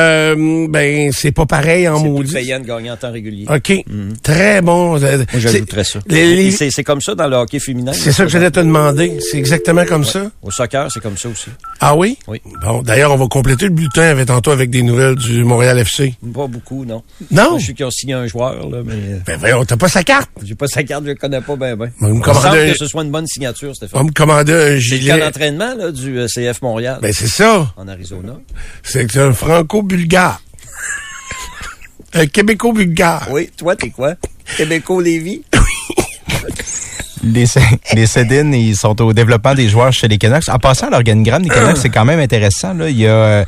euh, ben, c'est pas pareil en C'est plus maudit. payant de gagner en temps régulier. OK. Très bon. Moi, j'ajouterais C'est- ça. les- les- C'est c'est comme ça dans le hockey féminin. C'est ça que j'allais te demander. C'est exactement comme ça. Au soccer, c'est comme ça aussi. Ah oui? Oui. Bon, d'ailleurs, on va compléter le bulletin avec tantôt avec des nouvelles du Montréal F C. Pas beaucoup, non. Non? Moi, je sais qu'ils ont signé un joueur, là, mais euh, Ben voyons, t'as pas sa carte. j'ai pas sa carte, je le connais pas bien, bien. On va me Il me commander semble un- que ce soit une bonne signature, On va Stéphane. me commander un C'est le camp gilet. d'entraînement là, du euh, C F Montréal, Ben c'est ça. en Arizona. C'est un franco-bulgare. un québéco-bulgare. Oui, toi, t'es quoi? Québéco-Lévis? Les, les Cédines, ils sont au développement des joueurs chez les Canucks. En passant, l'organigramme des Canucks, c'est quand même intéressant. Là. Il y a euh,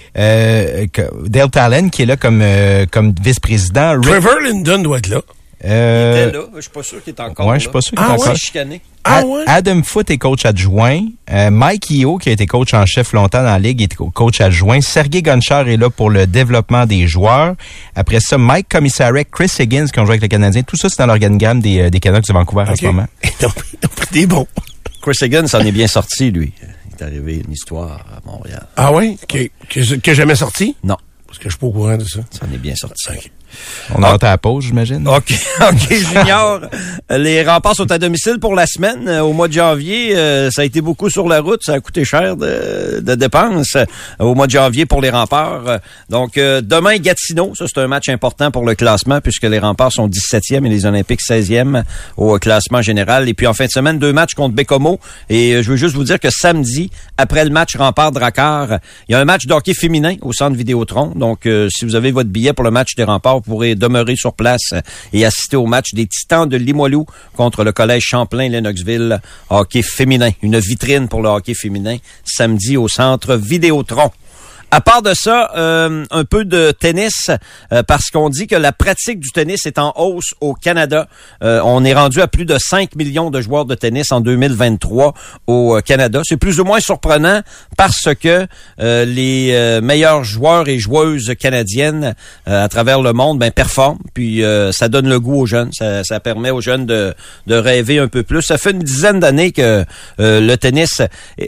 euh, que- Dale Talon qui est là comme, euh, comme vice-président. Rick- Trevor Linden doit être là. euh, Il était là. Je suis pas sûr qu'il est encore ouais, là. je suis pas sûr qu'il est Ah, encore. ouais? chicané. Ah A- ouais? Adam Foote est coach adjoint. Euh, Mike Yeo, qui a été coach en chef longtemps dans la Ligue, est co- coach adjoint. Sergei Gonchar est là pour le développement des joueurs. Après ça, Mike Commissarek, Chris Higgins, qui ont joué avec le Canadien. Tout ça, c'est dans l'organigramme des, euh, des Canucks de Vancouver en OK. ce moment. Ils ont pris- ils ont pris des bons. Chris Higgins s'en est bien sorti, lui. Il est arrivé une histoire à Montréal. Ah oui? Que, que, que jamais sorti? Non, Parce que je suis pas au courant de ça. s'en est bien sorti. OK. On a hâte à la pause, j'imagine. OK, OK, Junior. Les remparts sont à domicile pour la semaine. Euh, Au mois de janvier, euh, ça a été beaucoup sur la route. Ça a coûté cher de, de dépenses euh, au mois de janvier pour les remparts. Euh, Donc, euh, demain, Gatineau. Ça, c'est un match important pour le classement puisque les remparts sont dix-septième et les Olympiques seizième au classement général. Et puis, en fin de semaine, deux matchs contre Bécomo. Et euh, je veux juste vous dire que samedi, après le match Remparts-Drakkar, il y a un match d'hockey féminin au centre Vidéotron. Donc, euh, si vous avez votre billet pour le match des remparts, vous pourrez demeurer sur place et assister au match des Titans de Limoilou contre le collège Champlain-Lennoxville hockey féminin. Une vitrine pour le hockey féminin samedi au centre Vidéotron. À part de ça, euh, un peu de tennis, euh, parce qu'on dit que la pratique du tennis est en hausse au Canada. Euh, on est rendu à plus de cinq millions de joueurs de tennis en deux mille vingt-trois au Canada. C'est plus ou moins surprenant parce que euh, les euh, meilleurs joueurs et joueuses canadiennes euh, à travers le monde ben, performent, puis euh, ça donne le goût aux jeunes. Ça, ça permet aux jeunes de, de rêver un peu plus. Ça fait une dizaine d'années que euh, le tennis...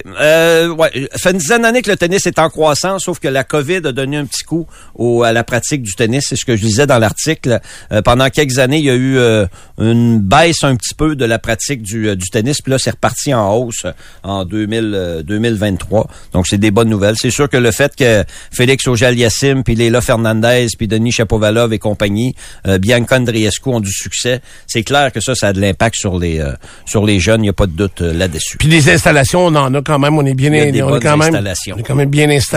Euh, ouais, ça fait une dizaine d'années que le tennis est en croissance, sauf que la COVID a donné un petit coup au, à la pratique du tennis. C'est ce que je disais dans l'article. Euh, pendant quelques années, il y a eu euh, une baisse un petit peu de la pratique du, euh, du tennis. Puis là, c'est reparti en hausse en deux mille, euh, deux mille vingt-trois. Donc, c'est des bonnes nouvelles. C'est sûr que le fait que Félix Auger-Aliassime, puis Leila Fernandez, puis Denis Shapovalov et compagnie, euh, Bianca Andreescu ont du succès, c'est clair que ça, ça a de l'impact sur les euh, sur les jeunes. Il n'y a pas de doute euh, là-dessus. Puis des installations, on en a quand même. On est bien, Il y a des on est bonnes quand même, installations. on est quand même bien installé.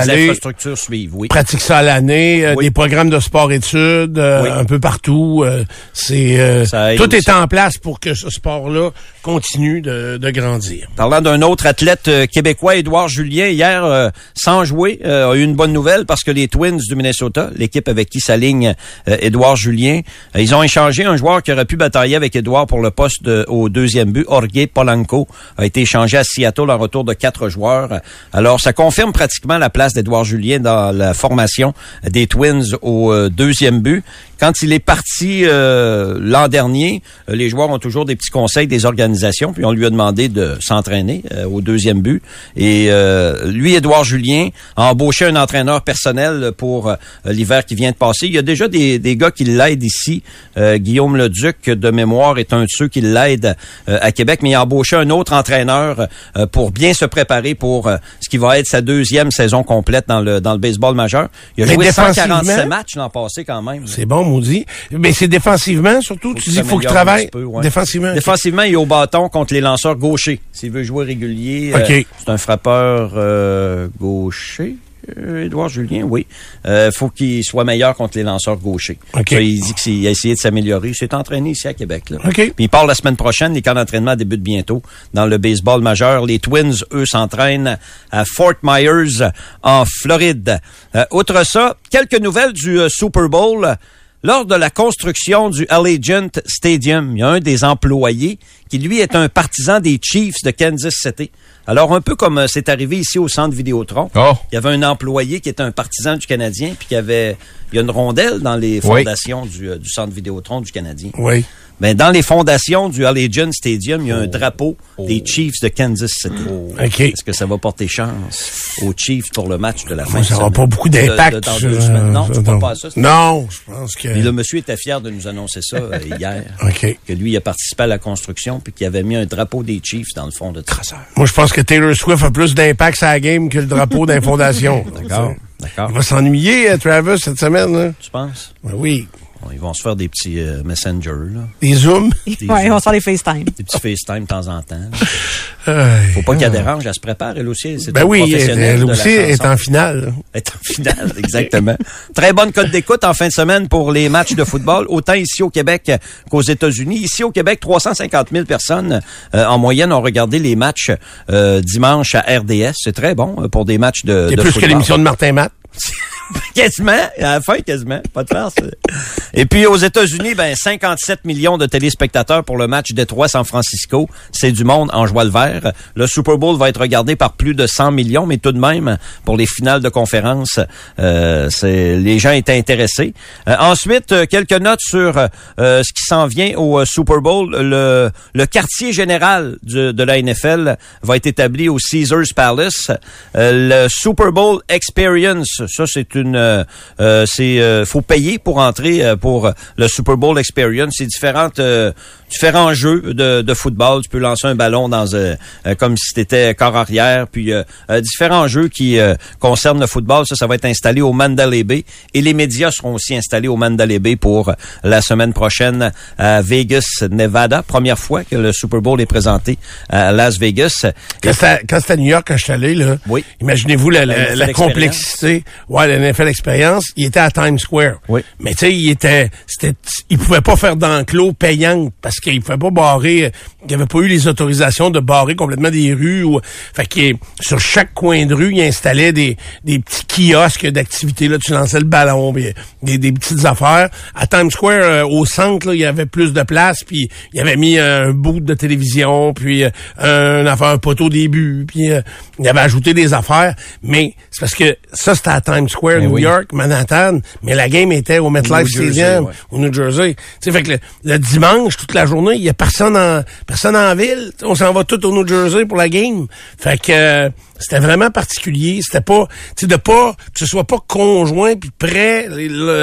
infrastructures suivent, oui. Pratique ça à l'année, euh, Oui. des programmes de sport-études, euh, Oui. un peu partout. Euh, c'est euh, Ça aide tout aussi. est en place pour que ce sport-là continue de, de grandir. Parlant d'un autre athlète euh, québécois, Édouard Julien, hier, euh, sans jouer, euh, a eu une bonne nouvelle parce que les Twins du Minnesota, l'équipe avec qui s'aligne euh, Édouard Julien, euh, ils ont échangé un joueur qui aurait pu batailler avec Édouard pour le poste de, au deuxième but. Jorge Polanco a été échangé à Seattle en retour de quatre joueurs. Alors, ça confirme pratiquement la place d'Édouard Julien dans la formation des Twins au euh, deuxième but. Quand il est parti euh, l'an dernier, euh, les joueurs ont toujours des petits conseils des organisations, puis on lui a demandé de s'entraîner euh, au deuxième but. Et euh, lui, Édouard Julien, a embauché un entraîneur personnel pour euh, l'hiver qui vient de passer. Il y a déjà des, des gars qui l'aident ici. Euh, Guillaume Leduc, de mémoire, est un de ceux qui l'aident euh, à Québec, mais il a embauché un autre entraîneur euh, pour bien se préparer pour euh, ce qui va être sa deuxième saison complète dans le dans le baseball majeur. Il a Mais joué cent défensivement, quarante-sept matchs l'an passé quand même. C'est bon, maudit. Mais c'est défensivement, surtout. Tu dis qu'il faut qu'il s'améliore un travaille petit peu, ouais. défensivement. Défensivement, il est au bâton contre les lanceurs gauchers. S'il veut jouer régulier, OK. euh, c'est un frappeur euh, gaucher. Euh, Édouard Julien, oui. Euh, faut qu'il soit meilleur contre les lanceurs gauchers. OK. Ça, il dit qu'il a essayé de s'améliorer. Il s'est entraîné ici à Québec. Là. OK. Puis il part la semaine prochaine. Les camps d'entraînement débutent bientôt dans le baseball majeur. Les Twins, eux, s'entraînent à Fort Myers, en Floride. Euh, outre ça, quelques nouvelles du euh, Super Bowl. Lors de la construction du Allegiant Stadium, il y a un des employés qui, lui, est un partisan des Chiefs de Kansas City. Alors, un peu comme euh, c'est arrivé ici au centre Vidéotron. Oh. Il y avait un employé qui était un partisan du Canadien, puis qui avait... Il y a une rondelle dans les Oui. fondations du, euh, du centre Vidéotron du Canadien. Oui. Ben, dans les fondations du Allegiant Stadium, il y a un drapeau des Chiefs de Kansas City. OK. Est-ce que ça va porter chance aux Chiefs pour le match de la fin Moi, de ça semaine? n'aura pas beaucoup De- de- d'impact. dans sur, deux semaines. Non, euh, tu ne crois pas à ça? c'est- Non, je pense que... Mais le monsieur était fier de nous annoncer ça euh, hier. OK. Que lui, il a participé à la construction puis qu'il avait mis un drapeau des Chiefs dans le fond de ça. Moi, je pense que Taylor Swift a plus d'impact sur la game que le drapeau d'un fondation. D'accord. D'accord. Il va s'ennuyer, euh, Travis, cette semaine. Là. Tu penses? Ben oui. Bon, ils vont se faire des petits euh, messengers, là. Des zooms. Ouais, on sort les FaceTime. Des petits FaceTime de temps en temps. là. Euh, Faut pas qu'elle dérange, elle se prépare, elle aussi. C'est Ben une oui, elle, professionnelle elle de la aussi est chanson. en finale. Elle est en finale, exactement. Très bonne cote d'écoute en fin de semaine pour les matchs de football, autant ici au Québec qu'aux États-Unis. Ici au Québec, trois cent cinquante mille personnes euh, en moyenne ont regardé les matchs euh, dimanche à R D S. C'est très bon euh, pour des matchs de, C'est de plus football. que l'émission de Martin Matt. Quasiment, à la fin, quasiment. Pas de farce. Et puis, aux États-Unis, ben, cinquante-sept millions de téléspectateurs pour le match Détroit-San Francisco. C'est du monde en joie le vert. Le Super Bowl va être regardé par plus de cent millions, mais tout de même, pour les finales de conférence, euh, c'est, les gens étaient intéressés. Euh, ensuite, euh, quelques notes sur euh, ce qui s'en vient au euh, Super Bowl. Le, le quartier général du, de la N F L va être établi au Caesars Palace. Euh, le Super Bowl Experience, ça, c'est une... Euh, euh, c'est euh, faut payer pour entrer euh, pour le Super Bowl Experience. C'est différentes euh, différents jeux de, de football. Tu peux lancer un ballon dans euh, euh, comme si c'était corps arrière, puis euh, euh, différents jeux qui euh, concernent le football. Ça, ça va être installé au Mandalay Bay et les médias seront aussi installés au Mandalay Bay pour la semaine prochaine à Vegas, Nevada. Première fois que le Super Bowl est présenté à Las Vegas. Quand c'était, à, quand c'était à New York, quand je suis allé, là, Oui. imaginez-vous la, la, La N F L la complexité. Ouais, la N F L Experience, il était à Times Square. Oui. Mais tu sais, il était, c'était, il pouvait pas faire d'enclos payant parce qu'il pouvait pas barrer, il avait pas eu les autorisations de barrer complètement des rues. Ou, fait que sur chaque coin de rue, il installait des, des petits kiosques d'activités. Là, tu lançais le ballon, puis des, des petites affaires. À Times Square, euh, au centre, là, il y avait plus de place, puis il avait mis un bout de télévision, puis euh, un, affaire, un poteau au début, puis euh, il avait ajouté des affaires. Mais c'est parce que ça, c'était à Times Square, Ben New oui. York, Manhattan, mais la game était au MetLife New Jersey, Stadium, ouais. au New Jersey. Tu sais, fait que le, le dimanche, toute la journée, il y a personne en personne en ville. T'sais, on s'en va tout au New Jersey pour la game. Fait que euh, c'était vraiment particulier. C'était pas, tu sais, de pas que ce soit pas conjoint puis prêt. Le,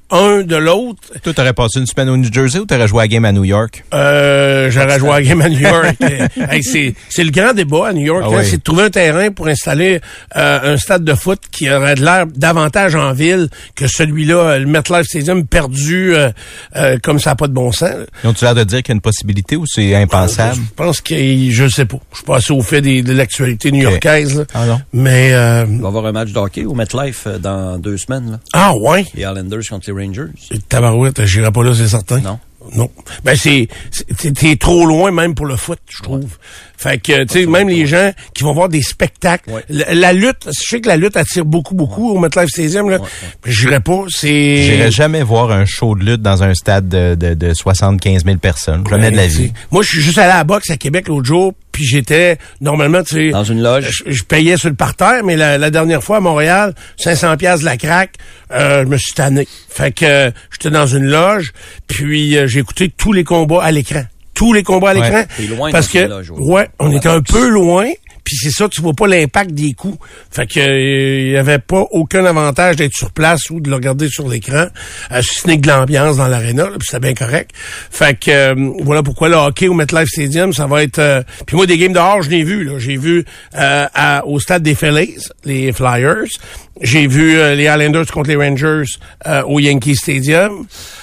un de l'autre. Toi, t'aurais passé une semaine au New Jersey ou t'aurais joué à la game à New York? Euh, j'aurais joué à la game à New York. Hey, c'est, c'est le grand débat à New York, ah, hein, oui. c'est de trouver un terrain pour installer euh, un stade de foot qui aurait de l'air davantage en ville que celui-là, le MetLife Stadium perdu euh, euh, comme ça n'a pas de bon sens. Ils ont-tu l'air de dire qu'il y a une possibilité ou c'est impensable? Je pense que je sais pas. Je suis pas assez au fait des, de l'actualité new-yorkaise. Okay. Ah non. Mais euh, Il va y avoir un match de hockey au MetLife euh, dans deux semaines. Là. Ah ouais? Les Islanders contre les Rangers. Tabarouette, j'irai pas là, c'est certain. Non. Non. Ben, c'est, c'est, t'es trop loin même pour le foot, je trouve. Ouais. Fait que, tu sais, même les gens qui vont voir des spectacles. Ouais. La, la lutte, je sais que la lutte attire beaucoup, beaucoup ouais. au MetLife Stadium, là. Ouais, ouais. J'irais pas, c'est... J'irais jamais voir un show de lutte dans un stade de, de, de soixante-quinze mille personnes. Jamais ouais, de la vie. Moi, je suis juste allé à la boxe à Québec l'autre jour, puis j'étais, normalement, tu sais... Dans une loge? Je, je payais sur le parterre, mais la, la dernière fois, à Montréal, cinq cents piastres de la craque, euh, je me suis tanné. Fait que, euh, j'étais dans une loge, puis euh, j'ai écouté tous les combats à l'écran. Tous les combats à l'écran. Ouais, loin parce que, loge, ouais, ouais, on était un peu loin, puis c'est ça, tu vois pas l'impact des coups. Fait que il euh, y avait pas aucun avantage d'être sur place ou de le regarder sur l'écran. Euh, si ce n'est que de l'ambiance dans l'aréna, puis c'était bien correct. Fait que euh, voilà pourquoi le hockey au MetLife Stadium, ça va être... Euh, puis moi, des games dehors, je l'ai vu. Là, j'ai vu euh, à, au stade des Phillies, les Flyers. J'ai vu euh, les Islanders contre les Rangers euh, au Yankee Stadium.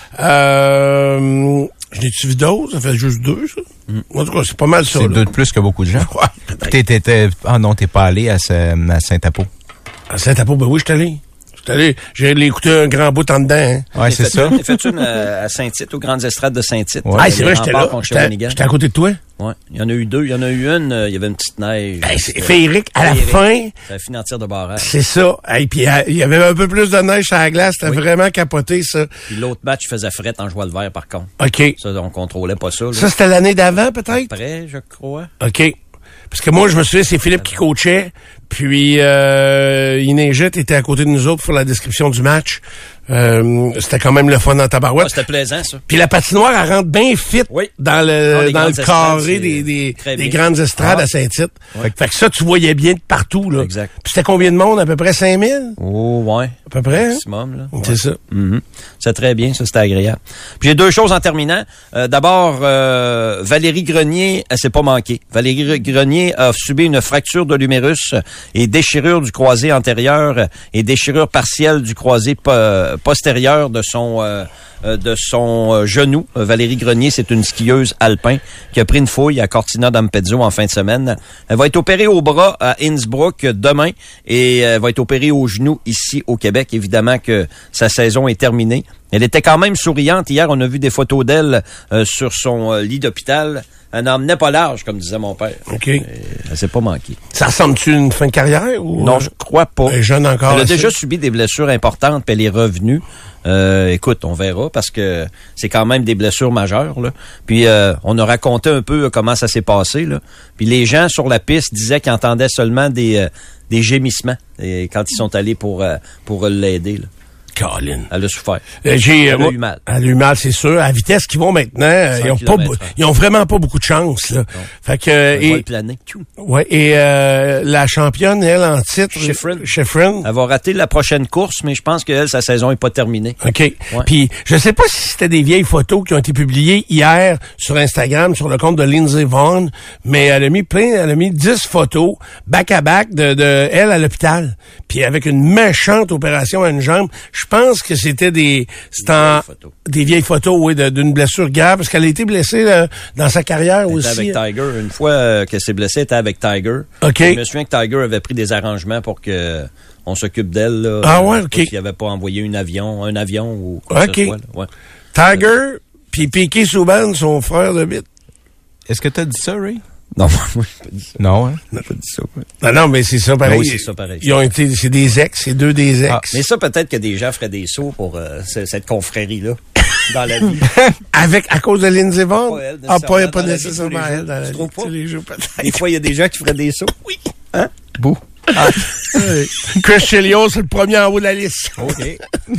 Euh... Je n'ai-tu vu d'autres? Ça fait juste deux, ça? Mm. En tout cas, c'est pas mal ça. C'est deux de plus que beaucoup de gens. Ouais, t'es, t'es, t'es, ah non, t'es pas allé à, à Saint-Apo. À Saint-Apo, ben oui, je suis allé. Je suis allé. J'ai écouté un grand bout en dedans. Hein. Ouais, c'est ça. J'ai fait une à Saint-Tite, aux Grandes Estrades de Saint-Tite. Ouais, ah, c'est vrai, j'étais là. J'étais, j'étais à côté de toi. Ouais. Il y en a eu deux. Il y en a eu une, euh, il y avait une petite neige. Hey, c'est féerique. À la fin. Ça a fini en tir de barrage. C'est ça. Et puis, il y avait un peu plus de neige sur la glace. C'était oui. vraiment capoté, ça. Puis l'autre match faisait fret en jouant le vert, par contre. OK. Ça, on contrôlait pas ça. Là. Ça, c'était l'année d'avant, peut-être? Après, je crois. OK. Parce que moi, je me souviens, c'est Philippe qui coachait, puis euh, il neigeait, était à côté de nous autres pour la description du match. Euh, c'était quand même le fun dans Tabarouette. Ah, c'était plaisant, ça. Puis la patinoire, elle rentre bien fit oui. dans le dans dans le carré des, des, des grandes estrades ah. à Saint-Tite. Ouais. Fait que ça, tu voyais bien de partout. Là. Exact. Puis c'était combien de monde? À peu près cinq mille? Oh, ouais. À peu près. Maximum, là. C'est ouais. ça. Mm-hmm. C'est très bien, ça, c'était agréable. Puis j'ai deux choses en terminant. Euh, d'abord, euh, Valérie Grenier, elle s'est pas manquée. Valérie Grenier a subi une fracture de l'humérus et déchirure du croisé antérieur et déchirure partielle du croisé po- postérieur de son euh, de son euh, genou. Valérie Grenier, c'est une skieuse alpin qui a pris une fouille à Cortina d'Ampezzo en fin de semaine. Elle va être opérée au bras à Innsbruck demain et elle va être opérée au genou ici au Québec. Évidemment que sa saison est terminée. Elle était quand même souriante. Hier, on a vu des photos d'elle euh, sur son euh, lit d'hôpital. Elle n'en menait pas large, comme disait mon père. OK. Et elle s'est pas manquée. Ça ressemble-tu à une fin de carrière? Ou... Non, je crois pas. Elle est jeune encore. Elle a assez. déjà subi des blessures importantes, puis elle est revenue. Euh, écoute, on verra, parce que c'est quand même des blessures majeures, là. Puis euh, on a raconté un peu comment ça s'est passé, là. Puis les gens sur la piste disaient qu'ils entendaient seulement des, euh, des gémissements et quand ils sont allés pour, euh, pour l'aider, là. Colin. Elle a souffert. Euh, j'ai, elle euh, a eu mal. Elle a eu mal, c'est sûr. À la vitesse qu'ils vont maintenant, euh, ils ont pas, ils ont vraiment pas beaucoup de chance, là. Non. Fait que, elle et, va le planer. Ouais, et, euh, la championne, elle, en titre. Schifrin. Schifrin. Elle va rater la prochaine course, mais je pense qu'elle, sa saison est pas terminée. OK. Ouais. Puis, je sais pas si c'était des vieilles photos qui ont été publiées hier sur Instagram, sur le compte de Lindsey Vonn, mais elle a mis plein, elle a mis dix photos, back à back, de, de elle à l'hôpital. Puis avec une méchante opération à une jambe. Je pense que c'était des, c'était en, des vieilles photos, oui, de, d'une blessure grave, parce qu'elle a été blessée là, dans sa carrière elle aussi. Était avec Tiger. Une fois euh, qu'elle s'est blessée, elle était avec Tiger. OK. Je me souviens que Tiger avait pris des arrangements pour que on s'occupe d'elle. Là, ah ouais, OK. Qu'il n'avait pas envoyé un avion, un avion ou quoi que ce soit. Là. Ouais. Tiger, puis Piquet Souban, son frère de bite. Est-ce que tu as dit ça, Ray? Non, moi, j'ai pas dit ça. Non, hein? On n'a pas dit ça. Ouais. Non, non, mais c'est ça pareil. Oui, c'est ça pareil. Ils ont été, c'est des ex, c'est deux des ex. Ah, mais ça, peut-être que des gens feraient des sauts pour euh, cette confrérie-là dans la vie. Avec, à cause de Lindsey Vonn? Pas elle, ah, pas, pas dans nécessairement la vie, elle dans la vie vie, tous les jours, peut-être. Des fois, il y a des gens qui feraient des sauts. Oui. Hein? Bouh. Ah. Chris Chelios, c'est le premier en haut de la liste. OK.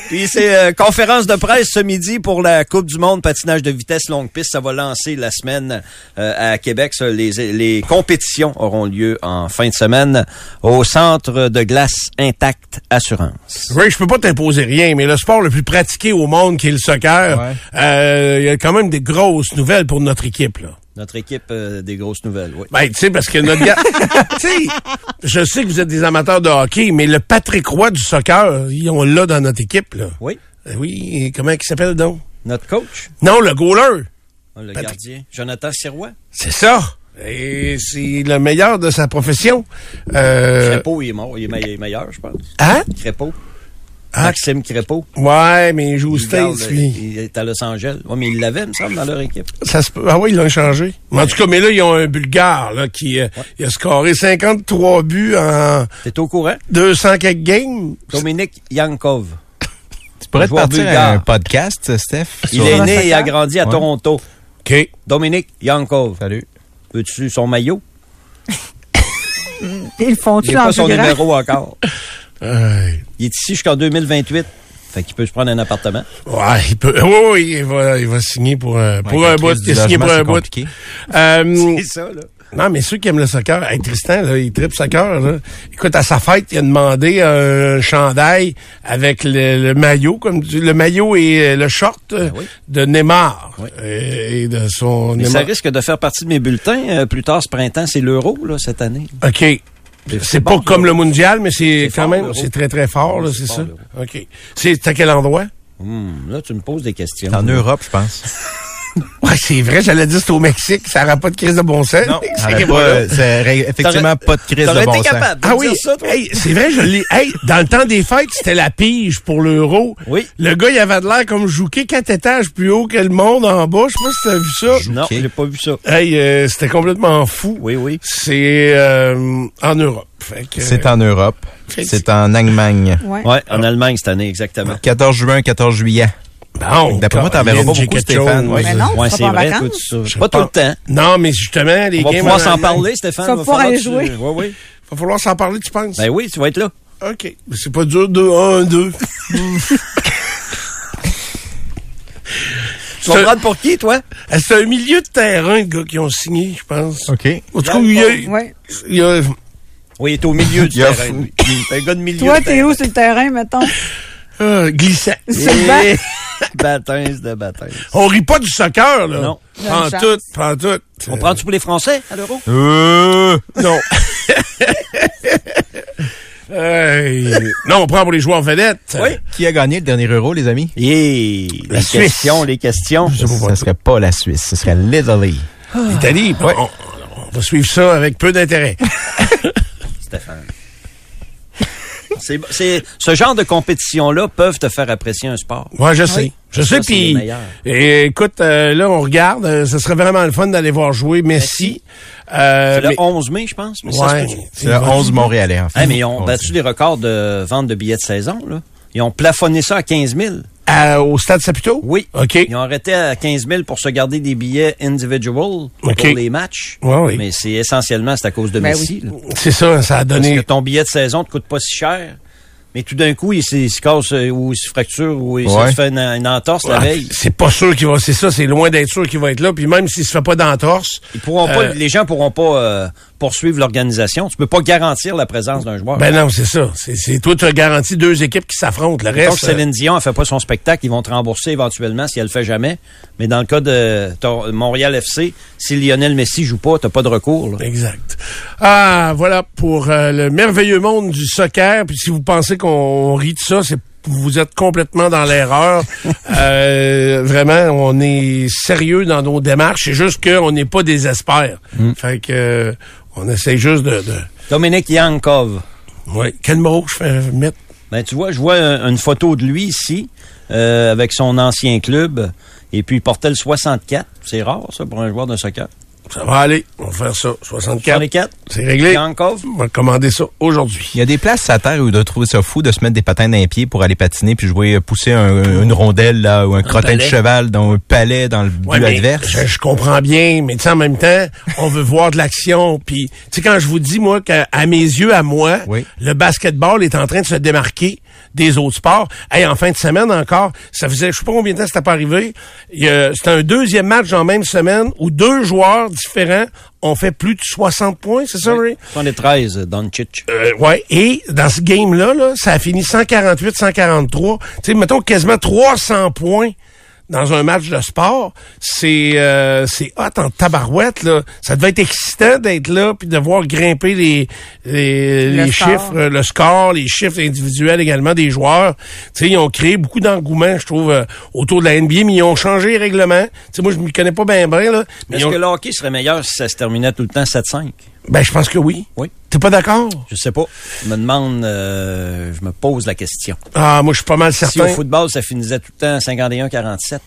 Puis c'est euh, conférence de presse ce midi pour la Coupe du monde patinage de vitesse longue piste. Ça va lancer la semaine euh, à Québec. Ça, les, les compétitions auront lieu en fin de semaine au Centre de glace Intact Assurance. Ray, je peux pas t'imposer rien, mais le sport le plus pratiqué au monde, qui est le soccer, Ouais. euh, il y a quand même des grosses nouvelles pour notre équipe, là. Notre équipe euh, des grosses nouvelles, oui. Ben, tu sais, parce que notre gars... tu sais, je sais que vous êtes des amateurs de hockey, mais le Patrick Roy du soccer, ils ont là dans notre équipe, là. Oui. Euh, Oui, et comment il s'appelle donc? Notre coach, Non, le goaler. le Patrick. gardien, Jonathan Sirois. C'est ça. Et c'est le meilleur de sa profession. Euh... Crépeau, il est mort. Il est, me- il est meilleur, je pense. Hein? Crépeau. Ah. Maxime Crépeau. Ouais, mais il joue au Il, garde, States, lui. il est à Los Angeles. Oui, mais il l'avait, il me semble, dans leur équipe. Ça se peut. Ah oui, ils l'ont changé. Mais en tout cas, mais là, ils ont un Bulgare, là, qui euh, il a scoré cinquante-trois buts en T'es au courant? deux cents quelques games. Dominique Yankov. Tu pourrais te Joueur partir bulgare. un podcast, Steph? Il sur- est le né et soccer? a grandi à Ouais. Toronto. OK. Dominique Yankov. Salut. Veux-tu son maillot? Ils font-tu J'ai en pas plus son grand? numéro encore. Ouais. Il est ici jusqu'en deux mille vingt-huit. Fait qu'il peut se prendre un appartement. Ouais, il peut. Oui, oui, il va, il va signer pour, un- pour Ouais, un avec la bout. crise du Il a signé logement, pour un c'est bout. compliqué. Euh, ça, là. non, mais ceux qui aiment le soccer, hey, Tristan, là, il tripe soccer, là. Écoute, à sa fête, il a demandé un chandail avec le, le maillot, comme tu- le maillot et le short euh, oui. de Neymar. Oui. Euh, Et de son Mais Neymar. ça risque de faire partie de mes bulletins. Euh, plus tard ce printemps, c'est l'Euro, là, cette année. OK. C'est bon, pas comme là. le mondial, mais c'est C'est quand fort, même, l'Euro. c'est très, très fort, là, Oui, c'est c'est ça? fort, OK. C'est à quel endroit? Hum, là, tu me poses des questions. C'est en Europe, je pense. Ouais, c'est vrai, j'allais dire c'est au Mexique, ça n'aura pas de crise de bon sens. Non, C'est arrête voilà. pas, c'est ré- effectivement pas de crise T'aurais de bon été sens. capable de Ah me oui, dire ça, toi? hey, c'est vrai, je l'ai. Hey, dans le temps des fêtes, c'était la pige pour l'euro. Oui. Le gars, il avait de l'air comme jouqué quatre étages plus haut que le monde en bas. Je sais pas si t'as vu ça. Non, Ok. j'ai pas vu ça. Hey, euh, c'était complètement fou. Oui, oui. C'est euh, en Europe. Fait que, C'est en Europe. Fait que C'est en Allemagne. Ouais. Ouais, en Allemagne cette année, exactement. quatorze juin, quatorze juillet. Bon, D'après moi, t'en verras Colin, pas j'ai beaucoup, quelque Stéphane, chose. ouais. Mais non, Ouais, tu c'est seras pas en vrai. vacances. Tout ça. Je Pas tout le pense- temps. Non, mais justement, les On va games pouvoir en s'en Allemagne, parler, Stéphane. Ça va Va pouvoir falloir aller que tu- jouer. Oui, oui. Va falloir s'en parler, tu penses? Ben oui, tu vas être là. OK. C'est pas dur, deux, un, deux. Tu vas me prendre pour qui, toi? Ah, c'est un milieu de terrain, le gars, qui ont signé, je pense. OK. En tout cas, il y a... Ouais. il y a- Oui, il est au milieu du Il a terrain. lui. C'est un gars de milieu. Toi, de t'es où sur le terrain, mettons? euh, glissant. Sur le banc? Et... Baptême de baptême. On rit pas du soccer, là. Non. Pas en Bonne tout, chance. pas en tout. On prend-tu pour les Français à l'Euro? Euh, Non. Hey. Non, on prend pour les joueurs vedettes. Oui. Qui a gagné le dernier euro, les amis? Et La les Suisse. questions, les questions. Ça serait pas la Suisse, ce serait l'Italie. L'Italie, on, on va suivre ça avec peu d'intérêt. Stéphane. C'est, c'est, ce genre de compétition-là peuvent te faire apprécier un sport. Moi, je sais. Je Ça, sais, c'est les puis meilleurs. et, écoute, euh, là, on regarde. euh, ce serait vraiment le fun d'aller voir jouer Messi. Euh, C'est le mais- onze mai, je pense. Mais ça se ouais, peut-tu? C'est le onze montréalais, en fait. Hey, mais ils ont On battu dit. des records de vente de billets de saison, là. Ils ont plafonné ça à quinze mille. à- au Stade Saputo? Oui. OK. Ils ont arrêté à quinze mille pour se garder des billets individual OK. pour les matchs. Ouais, oui. Mais c'est essentiellement c'est à cause de Ben Messi. là. C'est ça, ça a Parce donné... que ton billet de saison te coûte pas si cher. Mais tout d'un coup, il, se- il se casse euh, ou il se fracture ou il Ouais. se fait une, une entorse la Ah, veille. c'est pas sûr qu'il va... C'est ça, c'est loin d'être sûr qu'il va être là. Puis même s'il se fait pas d'entorse... Ils pourront pas, Euh, les gens pourront pas euh, poursuivre l'organisation. Tu peux pas garantir la présence d'un joueur. Ben non, c'est ça. C'est, c'est toi, tu as garanti deux équipes qui s'affrontent. Le Donc, reste... Céline Dion, elle fait pas son spectacle, ils vont te rembourser éventuellement si elle le fait jamais. Mais dans le cas de ton- Montréal F C, si Lionel Messi joue pas, t'as pas de recours. Là. Exact. Ah, voilà pour euh, le merveilleux monde du soccer. Puis si vous pensez qu'on rit de ça, c'est vous êtes complètement dans l'erreur. euh, vraiment, on est sérieux dans nos démarches. C'est juste qu'on n'est pas désespère. Fait que euh, on essaie juste de... de... Dominique Yankov. Ouais. Quel mot je fais mettre? Ben, tu vois, je vois un- une photo de lui ici, euh, avec son ancien club. Et puis, il portait le soixante-quatre. C'est rare, ça, pour un joueur de soccer. Ça va aller. On va faire ça. soixante-quatre. soixante-quatre. C'est réglé. Yankov. On va commander ça aujourd'hui. Il y a des places à terre où de trouver ça fou de se mettre des patins dans les pieds pour aller patiner puis jouer, pousser un, une rondelle là ou un, un crottin palais. de cheval dans un palais dans le Ouais, but mais adverse. Je, je comprends bien, mais tu sais, en même temps, on veut voir de l'action. Puis, tu sais, quand je vous dis, moi, qu'à à mes yeux, à moi, Oui. le basketball est en train de se démarquer des autres sports. Hey, en fin de semaine encore, ça faisait, je sais pas combien de temps c'était pas arrivé. Il y a- C'était un deuxième match en même semaine où deux joueurs différents ont fait plus de soixante points, c'est ça, Ray? soixante-treize, Doncic. Euh, ouais, et dans ce game-là, là, ça a fini cent quarante-huit cent quarante-trois. Tu sais, mettons quasiment trois cents points dans un match de sport. C'est euh, c'est hot en tabarouette, là. Ça devait être excitant d'être là puis de voir grimper les les, Le les score. chiffres, euh, le score, les chiffres individuels également des joueurs. Tu sais, ils ont créé beaucoup d'engouement, je trouve, euh, autour de la N B A, mais ils ont changé les règlements. Tu sais, moi, je m'y connais pas bien bien, là. Mais ils Est-ce ont- que le hockey serait meilleur si ça se terminait tout le temps sept cinq? Ben, je pense que oui. Oui. T'es pas d'accord? Je sais pas. Je me demande, euh, je me pose la question. Ah, moi, je suis pas mal Si certain. au football, ça finissait tout le temps cinquante et un quarante-sept.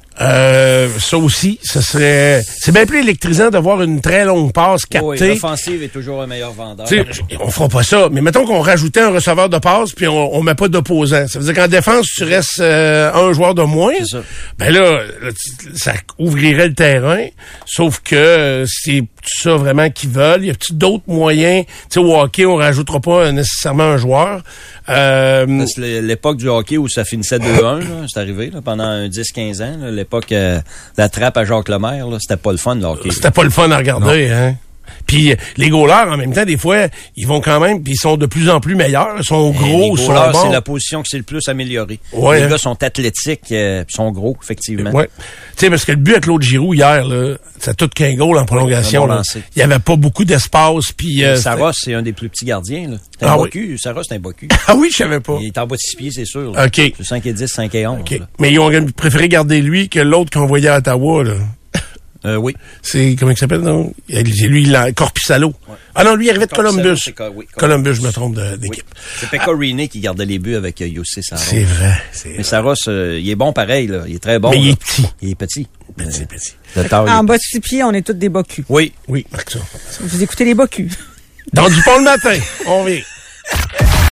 Euh, ça aussi, ce serait... C'est bien plus électrisant de voir une très longue passe Oui, captée. l'offensive est toujours un meilleur vendeur. Tu sais, on fera pas ça, mais mettons qu'on rajoutait un receveur de passe puis on, on met pas d'opposant. Ça veut dire qu'en défense, tu restes euh, un joueur de moins. C'est ça. Ben là, là, tu- ça ouvrirait le terrain. Sauf que euh, c'est tout ça vraiment qu'ils veulent. Y a-t-il d'autres moyens? Tu sais, au hockey, on rajoutera pas euh, nécessairement un joueur. Euh, Parce que l'é- l'époque du hockey où ça finissait deux un, là, c'est arrivé là, pendant un dix quinze ans. là, l'époque euh, la trappe à Jacques Lemaire, là, c'était pas le fun le hockey. C'était pas le fun à regarder, hein. Puis euh, les goalers, en même temps, des fois, ils vont quand même, puis ils sont de plus en plus meilleurs. Ils sont Et gros, les ils goalers, sont c'est bons. la position que c'est le plus améliorée. Ouais, les hein. gars sont athlétiques, euh, puis sont gros, effectivement. Ouais. Tu sais, parce que le but avec Claude Giroux hier, là, c'est tout qu'un goal en prolongation. un bon là. lancer. Il y avait pas beaucoup d'espace, puis... euh, Saros, c'est un des plus petits gardiens. Là. C'est un Ah bas oui. cul. Saros, c'est un bas cul. c'était- Ah oui, je savais pas. Il est en bas de six pieds, c'est sûr. là. OK. C'est cinq et dix, cinq et onze. OK. là. Mais ils ont préféré garder lui que l'autre qu'on voyait à Ottawa, là. Euh, oui. C'est, comment il s'appelle, non? C'est lui, il a Corpissalo. Ah non, lui, il arrivait de Corpissalo, Columbus. c'est co- oui, Columbus, je me trompe de- d'équipe. Oui. C'est Pecorini qui gardait les buts avec euh, Yossi Saros. C'est vrai. C'est Mais vrai. Saros, euh, il est bon pareil. Là. Il est très bon. Mais il là. est petit. Il est petit. Petit, Euh, petit. de taille, il est En bas de petit. six pieds, on est tous des bas culs. Oui. Oui, marque ça. Vous écoutez les bas culs. Dans du pont le matin, on vient.